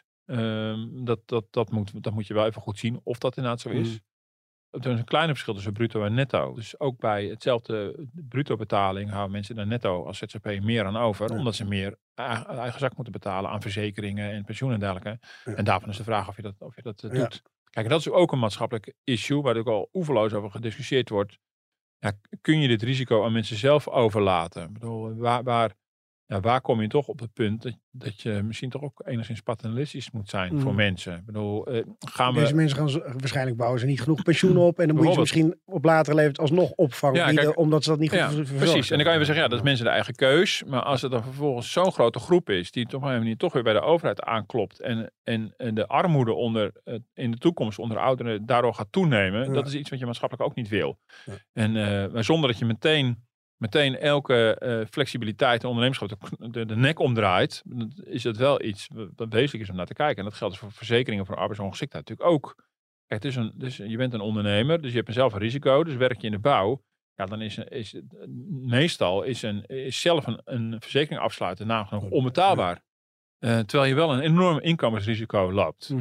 Dat moet je wel even goed zien of dat inderdaad zo is. Er is een kleine verschil tussen bruto en netto. Dus ook bij hetzelfde bruto betaling houden mensen daar netto als ZZP meer aan over. Omdat ze meer eigen zak moeten betalen aan verzekeringen en pensioen en dergelijke. En daarvan is de vraag of je dat doet. Kijk, dat is ook een maatschappelijk issue waar ook al oeverloos over gediscussieerd wordt. Ja, kun je dit risico aan mensen zelf overlaten? Ik bedoel, waar kom je toch op het punt dat je misschien toch ook enigszins paternalistisch moet zijn voor mensen? Ik bedoel, Deze mensen gaan waarschijnlijk bouwen ze niet genoeg pensioen op en dan moet je ze misschien op latere leeftijd alsnog opvang bieden, omdat ze dat niet goed verzorgen. Precies, en dan kan je wel zeggen, dat is mensen de eigen keus. Maar als het dan vervolgens zo'n grote groep is die toch op een manier toch weer bij de overheid aanklopt en de armoede in de toekomst onder ouderen daardoor gaat toenemen, dat is iets wat je maatschappelijk ook niet wil. Maar zonder dat je meteen elke flexibiliteit en ondernemerschap de nek omdraait, is dat wel iets wat wezenlijk is om naar te kijken. En dat geldt dus voor verzekeringen voor arbeidsongeschiktheid natuurlijk ook. Kijk, dus je bent een ondernemer, dus je hebt zelf een risico, dus werk je in de bouw. Ja, dan is meestal zelf een verzekering afsluiten nagenoeg onbetaalbaar. Terwijl je wel een enorm inkomensrisico loopt.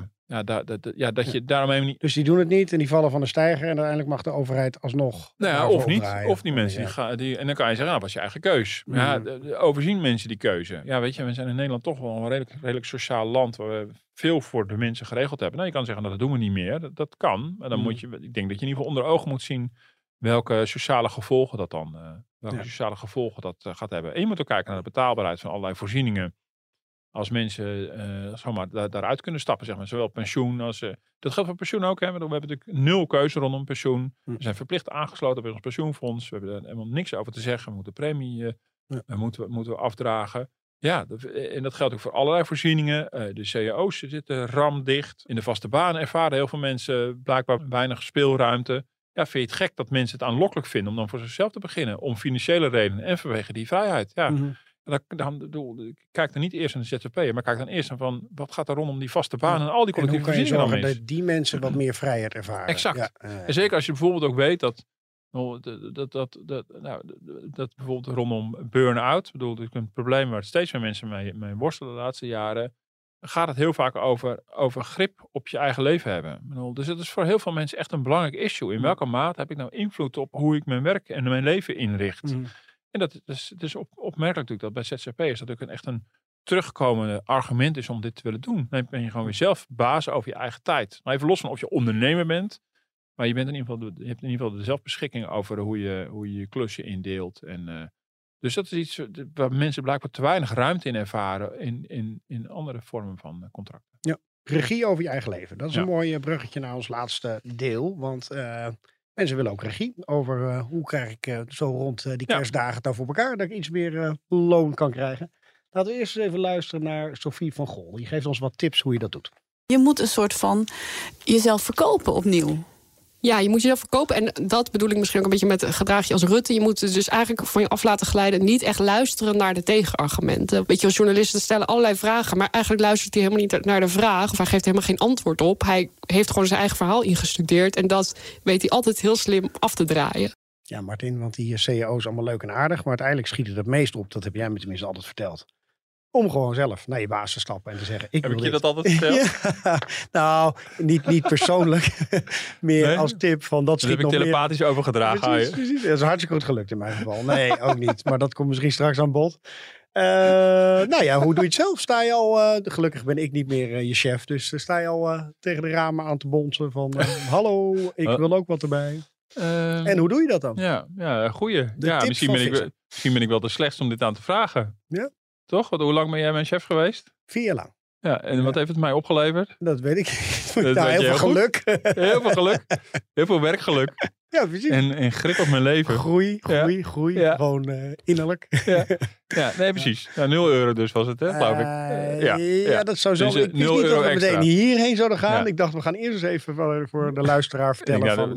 Dat je daarom even niet... Dus die doen het niet en die vallen van de steiger en uiteindelijk mag de overheid alsnog... of niet. Of die mensen en dan kan je zeggen, nou, was je eigen keus. Maar overzien mensen die keuze. Ja, weet je, we zijn in Nederland toch wel een redelijk sociaal land waar we veel voor de mensen geregeld hebben. Nou, je kan zeggen, dat doen we niet meer. Dat kan. Maar dan moet je, ik denk dat je in ieder geval onder ogen moet zien welke sociale gevolgen dat dan gaat hebben. En je moet ook kijken naar de betaalbaarheid van allerlei voorzieningen. Als mensen daaruit kunnen stappen, zeg maar. Zowel pensioen als... dat geldt voor pensioen ook. Hè? We hebben natuurlijk 0 keuze rondom pensioen. We zijn verplicht aangesloten bij ons pensioenfonds. We hebben er helemaal niks over te zeggen. We moeten premie moeten we afdragen. Ja, en dat geldt ook voor allerlei voorzieningen. De cao's zitten ramdicht. In de vaste banen ervaren heel veel mensen blijkbaar weinig speelruimte. Ja, vind je het gek dat mensen het aanlokkelijk vinden om dan voor zichzelf te beginnen? Om financiële redenen en vanwege die vrijheid. Ja. Kijk dan niet eerst naar de ZZP'er, maar kijk dan eerst naar van wat gaat er rondom die vaste baan en al die collectieve voorzieningen. En hoe kan je zorgen dat die mensen wat meer vrijheid ervaren? Exact. En zeker als je bijvoorbeeld ook weet dat bijvoorbeeld rondom burn-out, bedoel, een probleem waar steeds meer mensen mee worstelen de laatste jaren, gaat het heel vaak over grip op je eigen leven hebben. Bedoel, dus het is voor heel veel mensen echt een belangrijk issue. In welke mate heb ik nou invloed op hoe ik mijn werk en mijn leven inricht? En het is opmerkelijk natuurlijk dat bij ZZP'ers dat ook echt een terugkomende argument is om dit te willen doen. Dan ben je gewoon weer zelf baas over je eigen tijd. Nou, even los van of je ondernemer bent, maar je hebt in ieder geval de zelfbeschikking over hoe je klusje indeelt. Dus dat is iets waar mensen blijkbaar te weinig ruimte in ervaren in andere vormen van contracten. Ja. regie over je eigen leven. Dat is een mooi bruggetje naar ons laatste deel. Want mensen willen ook regie over hoe krijg ik zo rond die kerstdagen het nou voor elkaar. Dat ik iets meer loon kan krijgen. Laten we eerst eens even luisteren naar Sophie van Gol. Die geeft ons wat tips hoe je dat doet. Je moet een soort van jezelf verkopen opnieuw. Ja, je moet jezelf verkopen. En dat bedoel ik misschien ook een beetje met gedrag je als Rutte. Je moet dus eigenlijk van je af laten glijden. Niet echt luisteren naar de tegenargumenten. Weet je, als journalisten stellen allerlei vragen. Maar eigenlijk luistert hij helemaal niet naar de vraag. Of hij geeft helemaal geen antwoord op. Hij heeft gewoon zijn eigen verhaal ingestudeerd. En dat weet hij altijd heel slim af te draaien. Ja, Martin, want die CEO's allemaal leuk en aardig. Maar uiteindelijk schiet het meest op. Dat heb jij me tenminste altijd verteld. Om gewoon zelf naar je baas te stappen en te zeggen... Heb ik je dat altijd verteld? Ja, nou, niet persoonlijk. Meer als tip van dat schiet nog meer. Daar heb ik telepathisch overgedragen. Precies. Dat is hartstikke goed gelukt in mijn geval. Nee, ook niet. Maar dat komt misschien straks aan bod. Nou ja, hoe doe je het zelf? Sta je al... gelukkig ben ik niet meer je chef. Dus sta je al tegen de ramen aan te bonzen van... hallo, ik wil ook wat erbij. En hoe doe je dat dan? Ja, goeie. Ja, misschien ben ik wel de slechtste om dit aan te vragen. Ja? Toch? Hoe lang ben jij mijn chef geweest? 4 jaar lang. Ja, en wat heeft het mij opgeleverd? Dat weet ik niet. Heel veel geluk. Heel veel geluk. Heel veel werkgeluk. Ja, precies. En grip op mijn leven. Groei. Ja. Gewoon innerlijk. Ja, nee, precies. Ja, €0 dus was het, hè, geloof ik. Ja, dat zou zo. Dus, ik wist niet dat we meteen hierheen zouden gaan. Ja. Ik dacht, we gaan eerst eens even voor de luisteraar vertellen.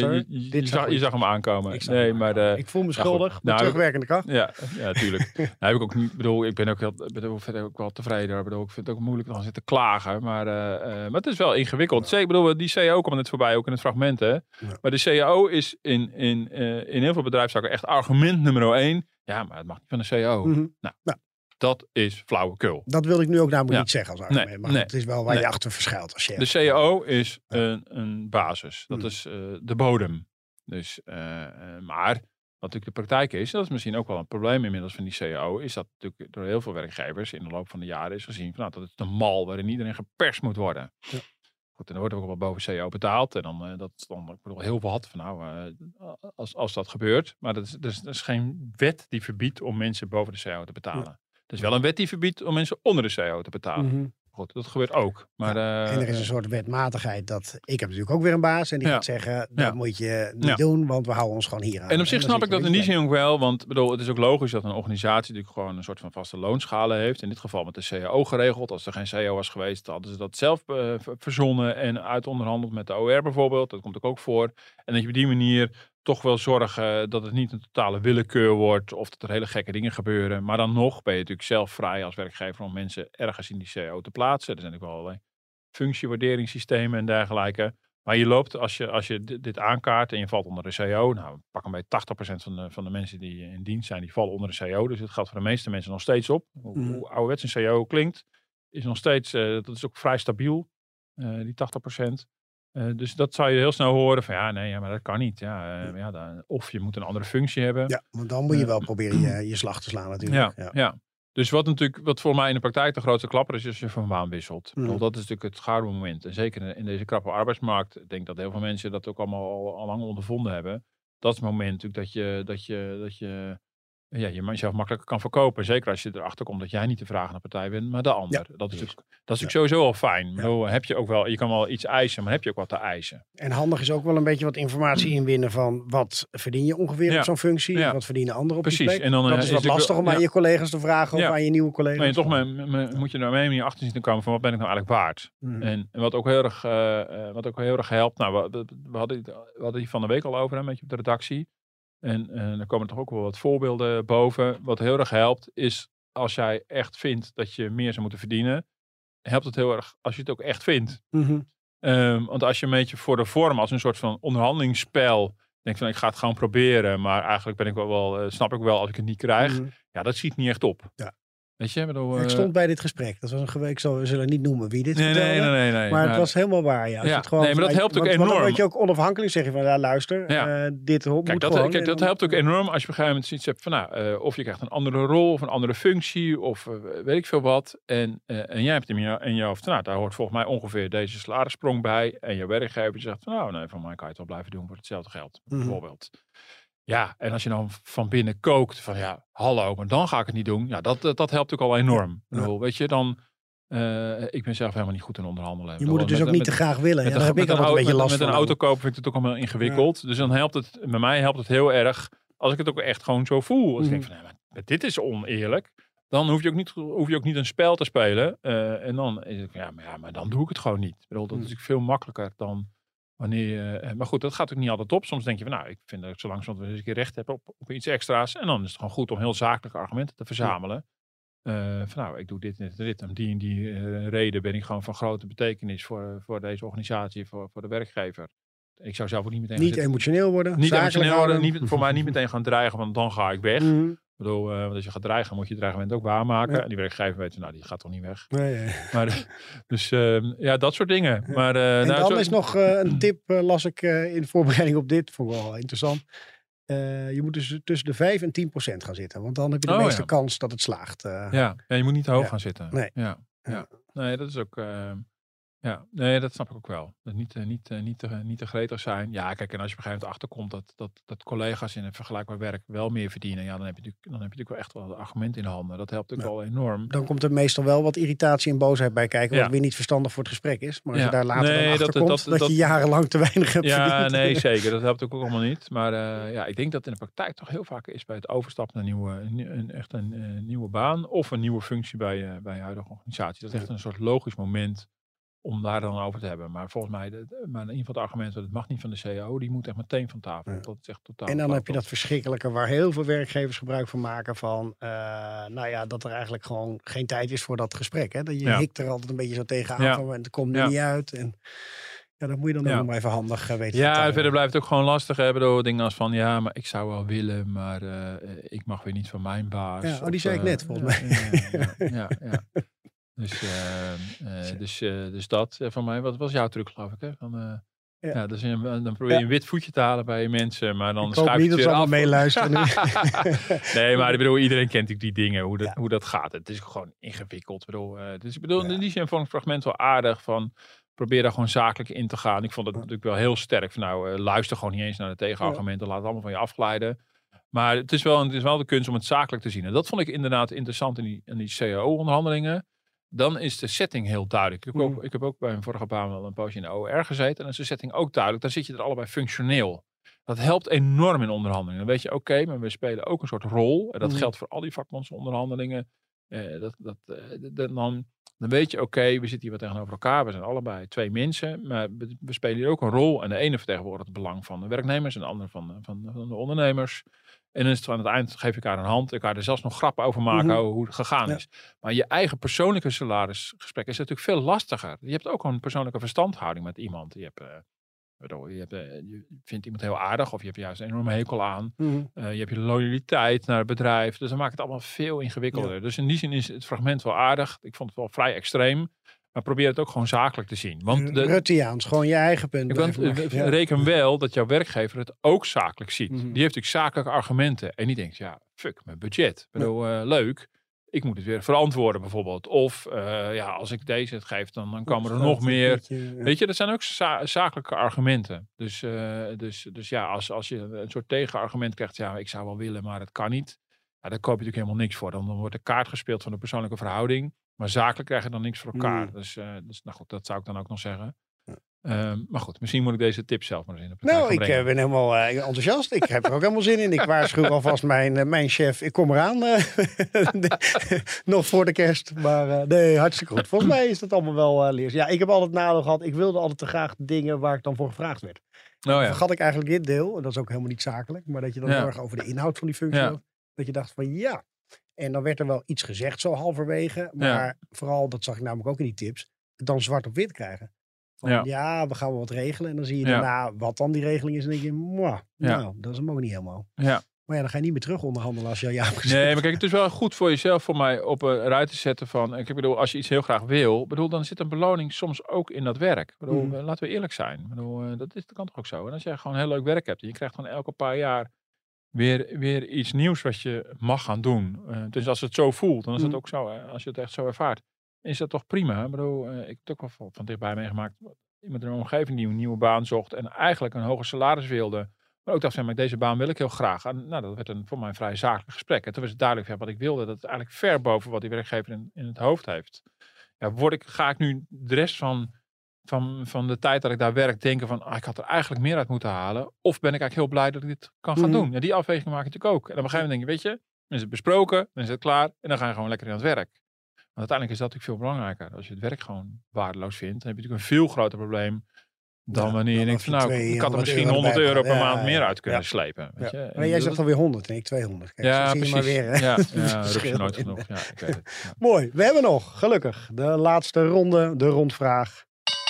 Je zag hem aankomen. Ik voel me schuldig. Met terugwerkende kracht. Ja, tuurlijk. Nou, heb ik ook niet. Ik ben ook wel tevreden. Ik vind het ook moeilijk dan zitten klagen. Maar het is wel ingewikkeld. Ik bedoel, die CEO kwam net voorbij, ook in het fragment, hè. Maar de CEO is in heel veel bedrijfstakken echt argument nummer 1. Ja, maar het mag niet van de CEO. Mm-hmm. Nou, dat is flauwekul. Dat wil ik nu ook namelijk niet zeggen als argument. Maar het is wel waar je achter verschuilt als chef. De CEO is een basis. Dat is de bodem. Dus, maar wat natuurlijk de praktijk is, dat is misschien ook wel een probleem inmiddels van die CEO, is dat natuurlijk door heel veel werkgevers in de loop van de jaren is gezien van, dat het een mal waarin iedereen geperst moet worden. Ja. Goed, en dan wordt ook wel boven CEO betaald. En dan, ik bedoel, heel wat van als dat gebeurt. Maar dat is geen wet die verbiedt om mensen boven de CEO te betalen. Ja. Er is wel een wet die verbiedt om mensen onder de CEO te betalen. Mm-hmm. Goed, dat gebeurt ook. Maar, en er is een soort wetmatigheid dat... Ik heb natuurlijk ook weer een baas en die gaat zeggen... Dat moet je niet doen, want we houden ons gewoon hier aan. En op zich snap ik dat in die zin ook wel. Want bedoel, het is ook logisch dat een organisatie... natuurlijk gewoon een soort van vaste loonschalen heeft. In dit geval met de CEO geregeld. Als er geen CEO was geweest, hadden ze dat zelf verzonnen... en uitonderhandeld met de OR bijvoorbeeld. Dat komt ook voor. En dat je op die manier... toch wel zorgen dat het niet een totale willekeur wordt of dat er hele gekke dingen gebeuren. Maar dan nog ben je natuurlijk zelf vrij als werkgever om mensen ergens in die CEO te plaatsen. Er zijn natuurlijk wel allerlei functiewaarderingssystemen en dergelijke. Maar je loopt, als je dit aankaart en je valt onder de CEO, nou pak hem bij 80% van de mensen die in dienst zijn, die vallen onder de CEO. Dus het gaat voor de meeste mensen nog steeds op. Hoe ouderwets een CEO klinkt, is nog steeds, dat is ook vrij stabiel, die 80%. Dus dat zou je heel snel horen van maar dat kan niet. Of je moet een andere functie hebben. Ja, want dan moet je wel proberen je slag te slaan natuurlijk. Ja. Dus wat voor mij in de praktijk de grootste klapper is als je van baan wisselt. Dat is natuurlijk het schaduwmoment. En zeker in deze krappe arbeidsmarkt. Ik denk dat heel veel mensen dat ook allemaal al lang ondervonden hebben. Dat is het moment natuurlijk dat je jezelf makkelijker kan verkopen. Zeker als je erachter komt dat jij niet de vragende partij bent, maar de ander. Ja, dat is natuurlijk sowieso al fijn. Ja. Bedoel, heb je ook wel, je kan wel iets eisen, maar heb je ook wat te eisen. En handig is ook wel een beetje wat informatie inwinnen van wat verdien je ongeveer op zo'n functie. Ja. Wat verdienen anderen op die plek. En dan, dat is wat lastig om aan je collega's te vragen of aan je nieuwe collega's. Maar toch moet je er mee achter zien te komen van wat ben ik nou eigenlijk waard. En wat ook heel erg helpt. Nou, we hadden die van de week al over een beetje op de redactie. En er komen toch ook wel wat voorbeelden boven. Wat heel erg helpt is als jij echt vindt dat je meer zou moeten verdienen. Helpt het heel erg als je het ook echt vindt. Mm-hmm. Want als je een beetje voor de vorm als een soort van onderhandelingsspel denkt van ik ga het gewoon proberen. Maar eigenlijk ben ik wel snap ik wel als ik het niet krijg. Mm-hmm. Ja, dat ziet niet echt op. Ja. Weet je, ik stond bij dit gesprek. Dat was een week, we zullen niet noemen wie dit vertelde. Nee. Maar het was helemaal waar. Ja. Ja. Maar dat helpt ook enorm. Dan word je ook onafhankelijk. Zeg je van, luister, dit moet gewoon. Kijk, dat helpt ook enorm als je op een gegeven moment zoiets hebt van, of je krijgt een andere rol of een andere functie of weet ik veel wat. En jij hebt in je hoofd, daar hoort volgens mij ongeveer deze salarissprong bij. En je werkgever zegt van, van mij kan je het wel blijven doen voor hetzelfde geld. Bijvoorbeeld. Ja, en als je dan van binnen kookt van hallo, maar dan ga ik het niet doen. Ja, dat helpt ook al enorm. Ja. Weet je, dan Ik ben zelf helemaal niet goed in onderhandelen. Je moet het dus ook niet te graag willen. Daar heb ik altijd een beetje last van. Met een auto kopen vind ik het ook allemaal ingewikkeld. Ja. Dus dan helpt het, bij mij helpt het heel erg als ik het ook echt gewoon zo voel. Als ik denk van, maar dit is oneerlijk. Dan hoef je ook niet een spel te spelen. En dan is het, maar dan doe ik het gewoon niet. Ik bedoel, dat is veel makkelijker dan wanneer... maar goed, dat gaat ook niet altijd op. Soms denk je van, ik vind dat ik zo langzamerhand weer eens een keer recht heb op iets extra's. En dan is het gewoon goed om heel zakelijke argumenten te verzamelen. Ik doe dit en dit. Om die en die reden ben ik gewoon van grote betekenis voor deze organisatie, voor de werkgever. Ik zou zelf ook niet meteen... Niet emotioneel worden. Niet emotioneel worden. Voor mij niet meteen gaan dreigen, want dan ga ik weg. Ik bedoel, want als je gaat dreigen, moet je het dreigement ook waarmaken. Ja. En die werkgever weet, die gaat toch niet weg. Nee. Maar, dus dat soort dingen. Ja. Maar, en dan is nog een tip, las ik in voorbereiding op dit. Vond ik wel interessant. Je moet dus tussen de 5 en 10% gaan zitten. Want dan heb je de meeste kans dat het slaagt. Ja, je moet niet te hoog gaan zitten. Nee. Ja. Nee, dat is ook... nee, dat snap ik ook wel. Dat niet te gretig zijn. Ja, kijk, en als je op een gegeven moment achterkomt dat collega's in een vergelijkbaar werk wel meer verdienen, dan heb je natuurlijk wel echt wel een argument in de handen. Dat helpt ook wel enorm. Dan komt er meestal wel wat irritatie en boosheid bij kijken, wat weer niet verstandig voor het gesprek is. Maar als je daar later dan achter komt, dat je jarenlang te weinig hebt verdiend. Ja, nee, zeker. Dat helpt ook allemaal niet. Maar ik denk dat in de praktijk toch heel vaak is bij het overstappen naar een nieuwe baan of een nieuwe functie bij je huidige organisatie. Dat is echt een soort logisch moment om daar dan over te hebben. Maar volgens mij, maar in ieder geval het argument dat het mag niet van de CEO, die moet echt meteen van tafel. Ja. Dat is echt totaal. En dan heb je dat verschrikkelijke waar heel veel werkgevers gebruik van maken van, dat er eigenlijk gewoon geen tijd is voor dat gesprek. Hè? Dat je hikt er altijd een beetje zo tegenaan van, en het komt er niet uit. En dat moet je dan ook maar even handig weten. Ja, verder blijft het ook gewoon lastig hebben door dingen als van, maar ik zou wel willen, maar ik mag weer niet van mijn baas. Ja, die zei ik net, volgens mij. Ja. Dus dat van mij. Wat was jouw truc, geloof ik? Hè? Dus dan probeer je een wit voetje te halen bij mensen, maar dan schuif je het weer af. Meeluisteren nu. Nee, maar iedereen kent natuurlijk die dingen, hoe dat gaat. Het is gewoon ingewikkeld. In die zin vond ik het fragment wel aardig van, probeer daar gewoon zakelijk in te gaan. Ik vond het natuurlijk wel heel sterk van, luister gewoon niet eens naar de tegenargumenten, laat het allemaal van je afglijden. Maar het is wel de kunst om het zakelijk te zien. En dat vond ik inderdaad interessant in die CAO-onderhandelingen. Dan is de setting heel duidelijk. Ik heb ook bij mijn vorige baan wel een poosje in de OR gezeten. En dan is de setting ook duidelijk. Dan zit je er allebei functioneel. Dat helpt enorm in onderhandelingen. Dan weet je, maar we spelen ook een soort rol. En dat geldt voor al die vakbondsonderhandelingen. Dan weet je, we zitten hier wat tegenover elkaar. We zijn allebei 2 mensen. Maar we spelen hier ook een rol. En de ene vertegenwoordigt het belang van de werknemers. En de andere van de ondernemers. En dan is het aan het eind, geef je elkaar een hand. Elkaar er zelfs nog grappen over maken hoe het gegaan is. Maar je eigen persoonlijke salarisgesprek is natuurlijk veel lastiger. Je hebt ook een persoonlijke verstandhouding met iemand. Je vindt iemand heel aardig of je hebt juist een enorme hekel aan. Je hebt je loyaliteit naar het bedrijf. Dus dan maakt het allemaal veel ingewikkelder. Ja. Dus in die zin is het fragment wel aardig. Ik vond het wel vrij extreem. Maar probeer het ook gewoon zakelijk te zien. Want Ruttiaans, gewoon je eigen punt. Reken wel dat jouw werkgever het ook zakelijk ziet. Die heeft natuurlijk zakelijke argumenten. En die denkt, fuck, mijn budget. Ik bedoel, leuk. Ik moet het weer verantwoorden bijvoorbeeld. Of als ik deze het geef, dan komen er nog meer. Weet je, dat zijn ook zakelijke argumenten. Dus als je een soort tegenargument krijgt. Ik zou wel willen, maar het kan niet. Dan koop je natuurlijk helemaal niks voor. Dan wordt de kaart gespeeld van de persoonlijke verhouding. Maar zakelijk krijg je dan niks voor elkaar. Dus nou goed, dat zou ik dan ook nog zeggen. Maar goed, misschien moet ik deze tip zelf maar eens in de praktijk gaan brengen. Ik ben helemaal enthousiast. Ik heb er ook helemaal zin in. Ik waarschuw alvast mijn chef. Ik kom eraan. Nog voor de kerst. Maar nee, hartstikke goed. Volgens mij is dat allemaal wel leers. Ja, ik heb altijd nadeel gehad. Ik wilde altijd te graag dingen waar ik dan voor gevraagd werd. Vergat ik eigenlijk dit deel. En dat is ook helemaal niet zakelijk. Maar dat je dan heel erg over de inhoud van die functie had. Dat je dacht van En dan werd er wel iets gezegd zo halverwege. Maar vooral, dat zag ik namelijk ook in die tips. Dan zwart op wit krijgen. Van, we gaan wel wat regelen. En dan zie je daarna wat dan die regeling is. En dan denk je, dat is hem ook niet helemaal. Ja. Maar dan ga je niet meer terug onderhandelen als je al hebt gezegd. Nee, maar kijk, het is wel goed voor jezelf, voor mij, op een rij te zetten van... Ik bedoel, als je iets heel graag wil, dan zit een beloning soms ook in dat werk. Laten we eerlijk zijn. Dat kan toch ook zo. En als jij gewoon heel leuk werk hebt en je krijgt gewoon elke paar jaar weer iets nieuws wat je mag gaan doen. Dus als het zo voelt, dan is het ook zo. Als je het echt zo ervaart, is dat toch prima. Ik bedoel, ik heb het ook wel van dichtbij meegemaakt. Iemand in een omgeving die een nieuwe baan zocht en eigenlijk een hoger salaris wilde. Maar ook dacht, maar deze baan wil ik heel graag. En dat werd voor mij een vrij zakelijk gesprek. En toen was het duidelijk wat ik wilde. Dat het eigenlijk ver boven wat die werkgever in het hoofd heeft. ga ik nu de rest van de tijd dat ik daar werk denken van, ik had er eigenlijk meer uit moeten halen. Of ben ik eigenlijk heel blij dat ik dit kan gaan doen. Ja, die afweging maak ik natuurlijk ook. En op een gegeven moment denk je, weet je, dan is het besproken, dan is het klaar. En dan ga je gewoon lekker in het werk. Want uiteindelijk is dat natuurlijk veel belangrijker. Als je het werk gewoon waardeloos vindt, dan heb je natuurlijk een veel groter probleem dan wanneer je denkt van, ik had er misschien €100 per maand meer uit kunnen slepen. Weet je? Maar jij zegt alweer 100 en ik 200. Kijk, ja, precies. Maar weer, ja, rug je nooit genoeg. Ja, ik weet het. Ja. Mooi, we hebben nog, gelukkig, de laatste ronde, de rondvraag.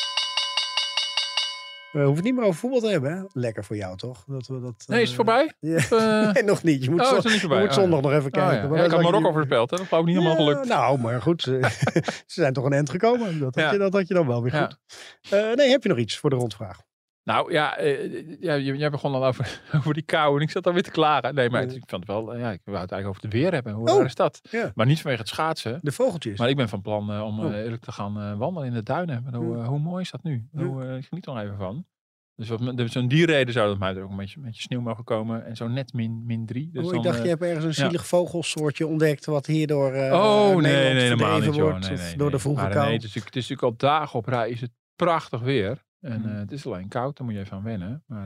We hoeven het niet meer over voetbal te hebben, hè? Lekker voor jou, toch? Nee, is het voorbij? Ja. Nee, nog niet. Je moet, zondag nog even kijken. Ja, ik had Marokko voorspeld, hè? Dat geloof ik niet helemaal gelukt. Nou, maar goed. Ze zijn toch een eind gekomen. Dat had je dan wel weer goed. Nee, heb je nog iets voor de rondvraag? Nou jij begon al over die kou en ik zat alweer te klagen. Nee, maar ik vond het wel, ik wou het eigenlijk over het weer hebben. Hoe raar is dat? Ja. Maar niet vanwege het schaatsen. De vogeltjes. Maar ik ben van plan om eerlijk te gaan wandelen in de duinen. Maar hoe mooi is dat nu? Ik geniet er nog even van. Dus zo'n die reden zou dat mij er ook een beetje sneeuw mogen komen. En zo net min 3. Dus ik dacht, je hebt ergens een zielig vogelsoortje ontdekt wat hierdoor nee, helemaal niet. Wordt, door de vroege kou. Nee, het is natuurlijk al dagen op rij is het prachtig weer. En het is alleen koud, daar moet je even aan wennen. Maar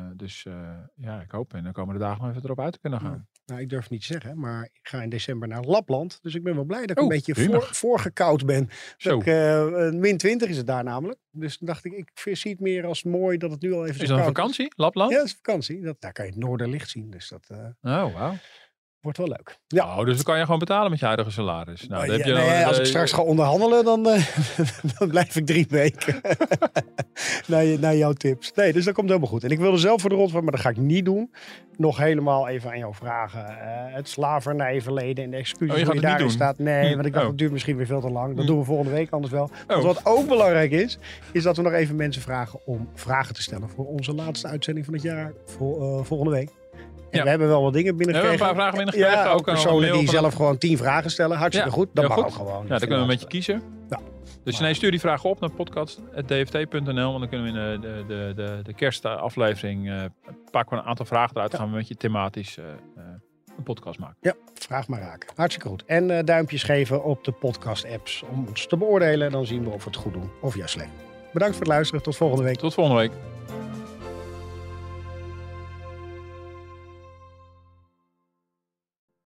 ik hoop en dan komen de dagen nog even erop uit te kunnen gaan. Nou, ik durf het niet te zeggen, maar ik ga in december naar Lapland. Dus ik ben wel blij dat ik een beetje voorgekoud ben. Min 20 is het daar namelijk. Dus dan dacht ik zie het meer als mooi dat het nu al even is dat een vakantie, Lapland? Ja, dat is vakantie. Daar kan je het noorderlicht zien. Dus dat wauw. Wordt wel leuk. Ja. Dus dan kan je gewoon betalen met je huidige salaris. Nou, als ik straks ga onderhandelen, dan blijf ik 3 weken. naar jouw tips. Nee, dus dat komt helemaal goed. En ik wilde zelf voor de rondvraag, maar dat ga ik niet doen. Nog helemaal even aan jou vragen. Het slavernijverleden en de excuses die je daarin doen? staat. Nee, want ik dacht, het duurt misschien weer veel te lang. Dat doen we volgende week anders wel. Want wat ook belangrijk is dat we nog even mensen vragen om vragen te stellen voor onze laatste uitzending van het jaar volgende week. En we hebben wel wat dingen binnengekregen. We hebben een paar vragen binnengekregen. Ja, ook personen die zelf gewoon 10 vragen stellen. Hartstikke goed. Dat mag ook gewoon. Ja, dan kunnen we een beetje kiezen. Ja. Dus stuur die vragen op naar podcast@dft.nl. Want dan kunnen we in de kerstaflevering pakken we een aantal vragen eruit. Dan gaan we met je thematisch een podcast maken. Ja, vraag maar raken. Hartstikke goed. En duimpjes geven op de podcast apps om ons te beoordelen. Dan zien we of we het goed doen of juist slecht. Bedankt voor het luisteren. Tot volgende week. Tot volgende week.